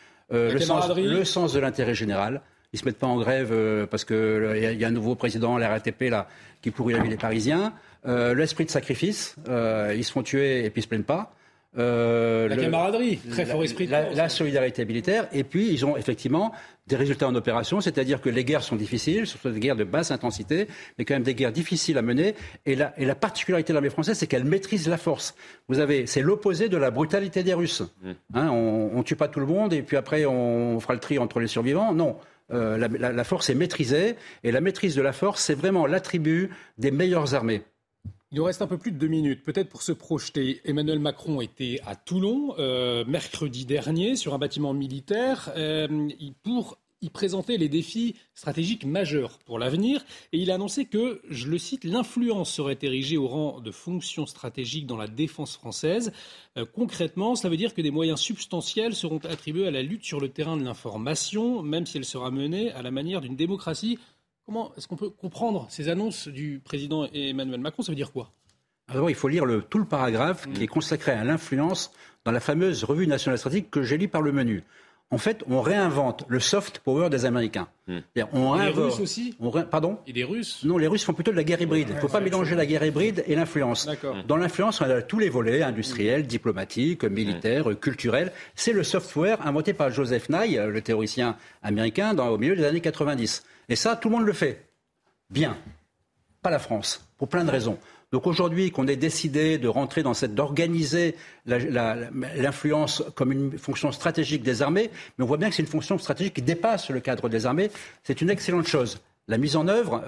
S21: Le sens de l'intérêt général. Ils se mettent pas en grève parce que y a un nouveau président, la RATP, là, qui pourrit la vie des Parisiens. L'esprit de sacrifice, ils se font tuer et puis ils se plaignent pas.
S2: La camaraderie, très fort esprit.
S21: La solidarité militaire. Et puis, ils ont effectivement des résultats en opération, c'est-à-dire que les guerres sont difficiles, ce sont des guerres de basse intensité, mais quand même des guerres difficiles à mener. Et la particularité de l'armée française, c'est qu'elle maîtrise la force. C'est l'opposé de la brutalité des Russes. Hein, on tue pas tout le monde et puis après on fera le tri entre les survivants. Non. La force est maîtrisée, et la maîtrise de la force, c'est vraiment l'attribut des meilleures armées.
S2: Il nous reste un peu plus de 2 minutes, peut-être pour se projeter. Emmanuel Macron était à Toulon mercredi dernier sur un bâtiment militaire pour y présenter les défis stratégiques majeurs pour l'avenir. Et il a annoncé que, je le cite, l'influence serait érigée au rang de fonction stratégique dans la défense française. Concrètement, cela veut dire que des moyens substantiels seront attribués à la lutte sur le terrain de l'information, même si elle sera menée à la manière d'une démocratie. Comment est-ce qu'on peut comprendre ces annonces du président Emmanuel Macron ? Ça veut dire quoi ?
S21: Alors, il faut lire tout le paragraphe qui est consacré à l'influence dans la fameuse revue nationale stratégique que j'ai lue par le menu. En fait, on réinvente le soft power des Américains.
S2: Les Russes aussi ?
S21: Pardon ?
S2: Et les Russes ?
S21: Non, les Russes font plutôt de la guerre hybride. Il ne faut pas mélanger la guerre hybride et l'influence.
S2: D'accord.
S21: Dans l'influence, on a tous les volets, industriels, diplomatiques, militaires, culturels. C'est le software inventé par Joseph Nye, le théoricien américain, au milieu des années 90. Et ça, tout le monde le fait. Bien. Pas la France, pour plein de raisons. Donc aujourd'hui, qu'on ait décidé d'organiser l'influence comme une fonction stratégique des armées, mais on voit bien que c'est une fonction stratégique qui dépasse le cadre des armées, c'est une excellente chose. La mise en œuvre,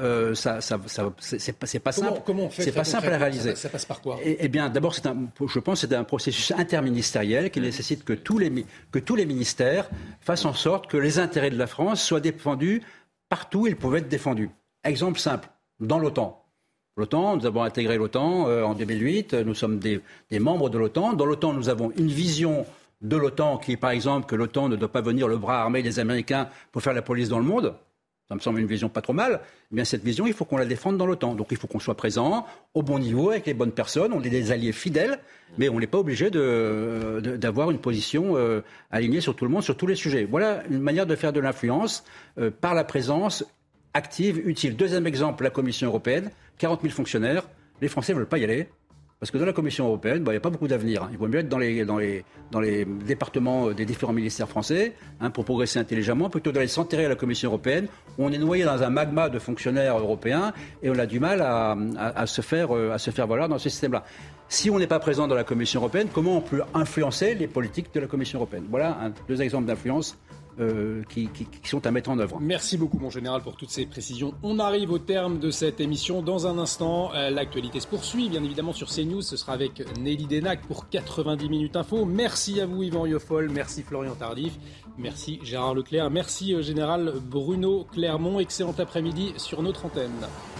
S21: c'est pas simple.
S2: Comment on fait
S21: c'est pas simple à réaliser.
S2: Ça passe par quoi ?
S21: Eh bien, d'abord, je pense que c'est un processus interministériel qui nécessite que tous les ministères fassent en sorte que les intérêts de la France soient défendus partout où ils pouvaient être défendus. Exemple simple, dans l'OTAN. L'OTAN, nous avons intégré l'OTAN en 2008, nous sommes des membres de l'OTAN. Dans l'OTAN, nous avons une vision de l'OTAN qui est, par exemple, que l'OTAN ne doit pas venir le bras armé des Américains pour faire la police dans le monde. Ça me semble une vision pas trop mal. Eh bien, cette vision, il faut qu'on la défende dans l'OTAN. Donc, il faut qu'on soit présent, au bon niveau, avec les bonnes personnes. On est des alliés fidèles, mais on n'est pas obligé d'avoir une position alignée sur tout le monde, sur tous les sujets. Voilà une manière de faire de l'influence par la présence active, utile. Deuxième exemple, la Commission européenne. 40 000 fonctionnaires. Les Français ne veulent pas y aller. Parce que dans la Commission européenne, il n'y a pas beaucoup d'avenir. Il vaut mieux être dans les départements des différents ministères français pour progresser intelligemment, plutôt d'aller s'enterrer à la Commission européenne, où on est noyé dans un magma de fonctionnaires européens et on a du mal à se faire valoir dans ce système-là. Si on n'est pas présent dans la Commission européenne, comment on peut influencer les politiques de la Commission européenne ? Voilà deux exemples d'influence qui sont à mettre en œuvre.
S2: Merci beaucoup, mon général, pour toutes ces précisions. On arrive au terme de cette émission. Dans un instant, l'actualité se poursuit, bien évidemment, sur CNews. Ce sera avec Nelly Denac pour 90 minutes info. Merci à vous, Yvan Rieufol. Merci, Florian Tardif. Merci, Gérard Leclerc. Merci, général Bruno Clermont. Excellent après-midi sur notre antenne.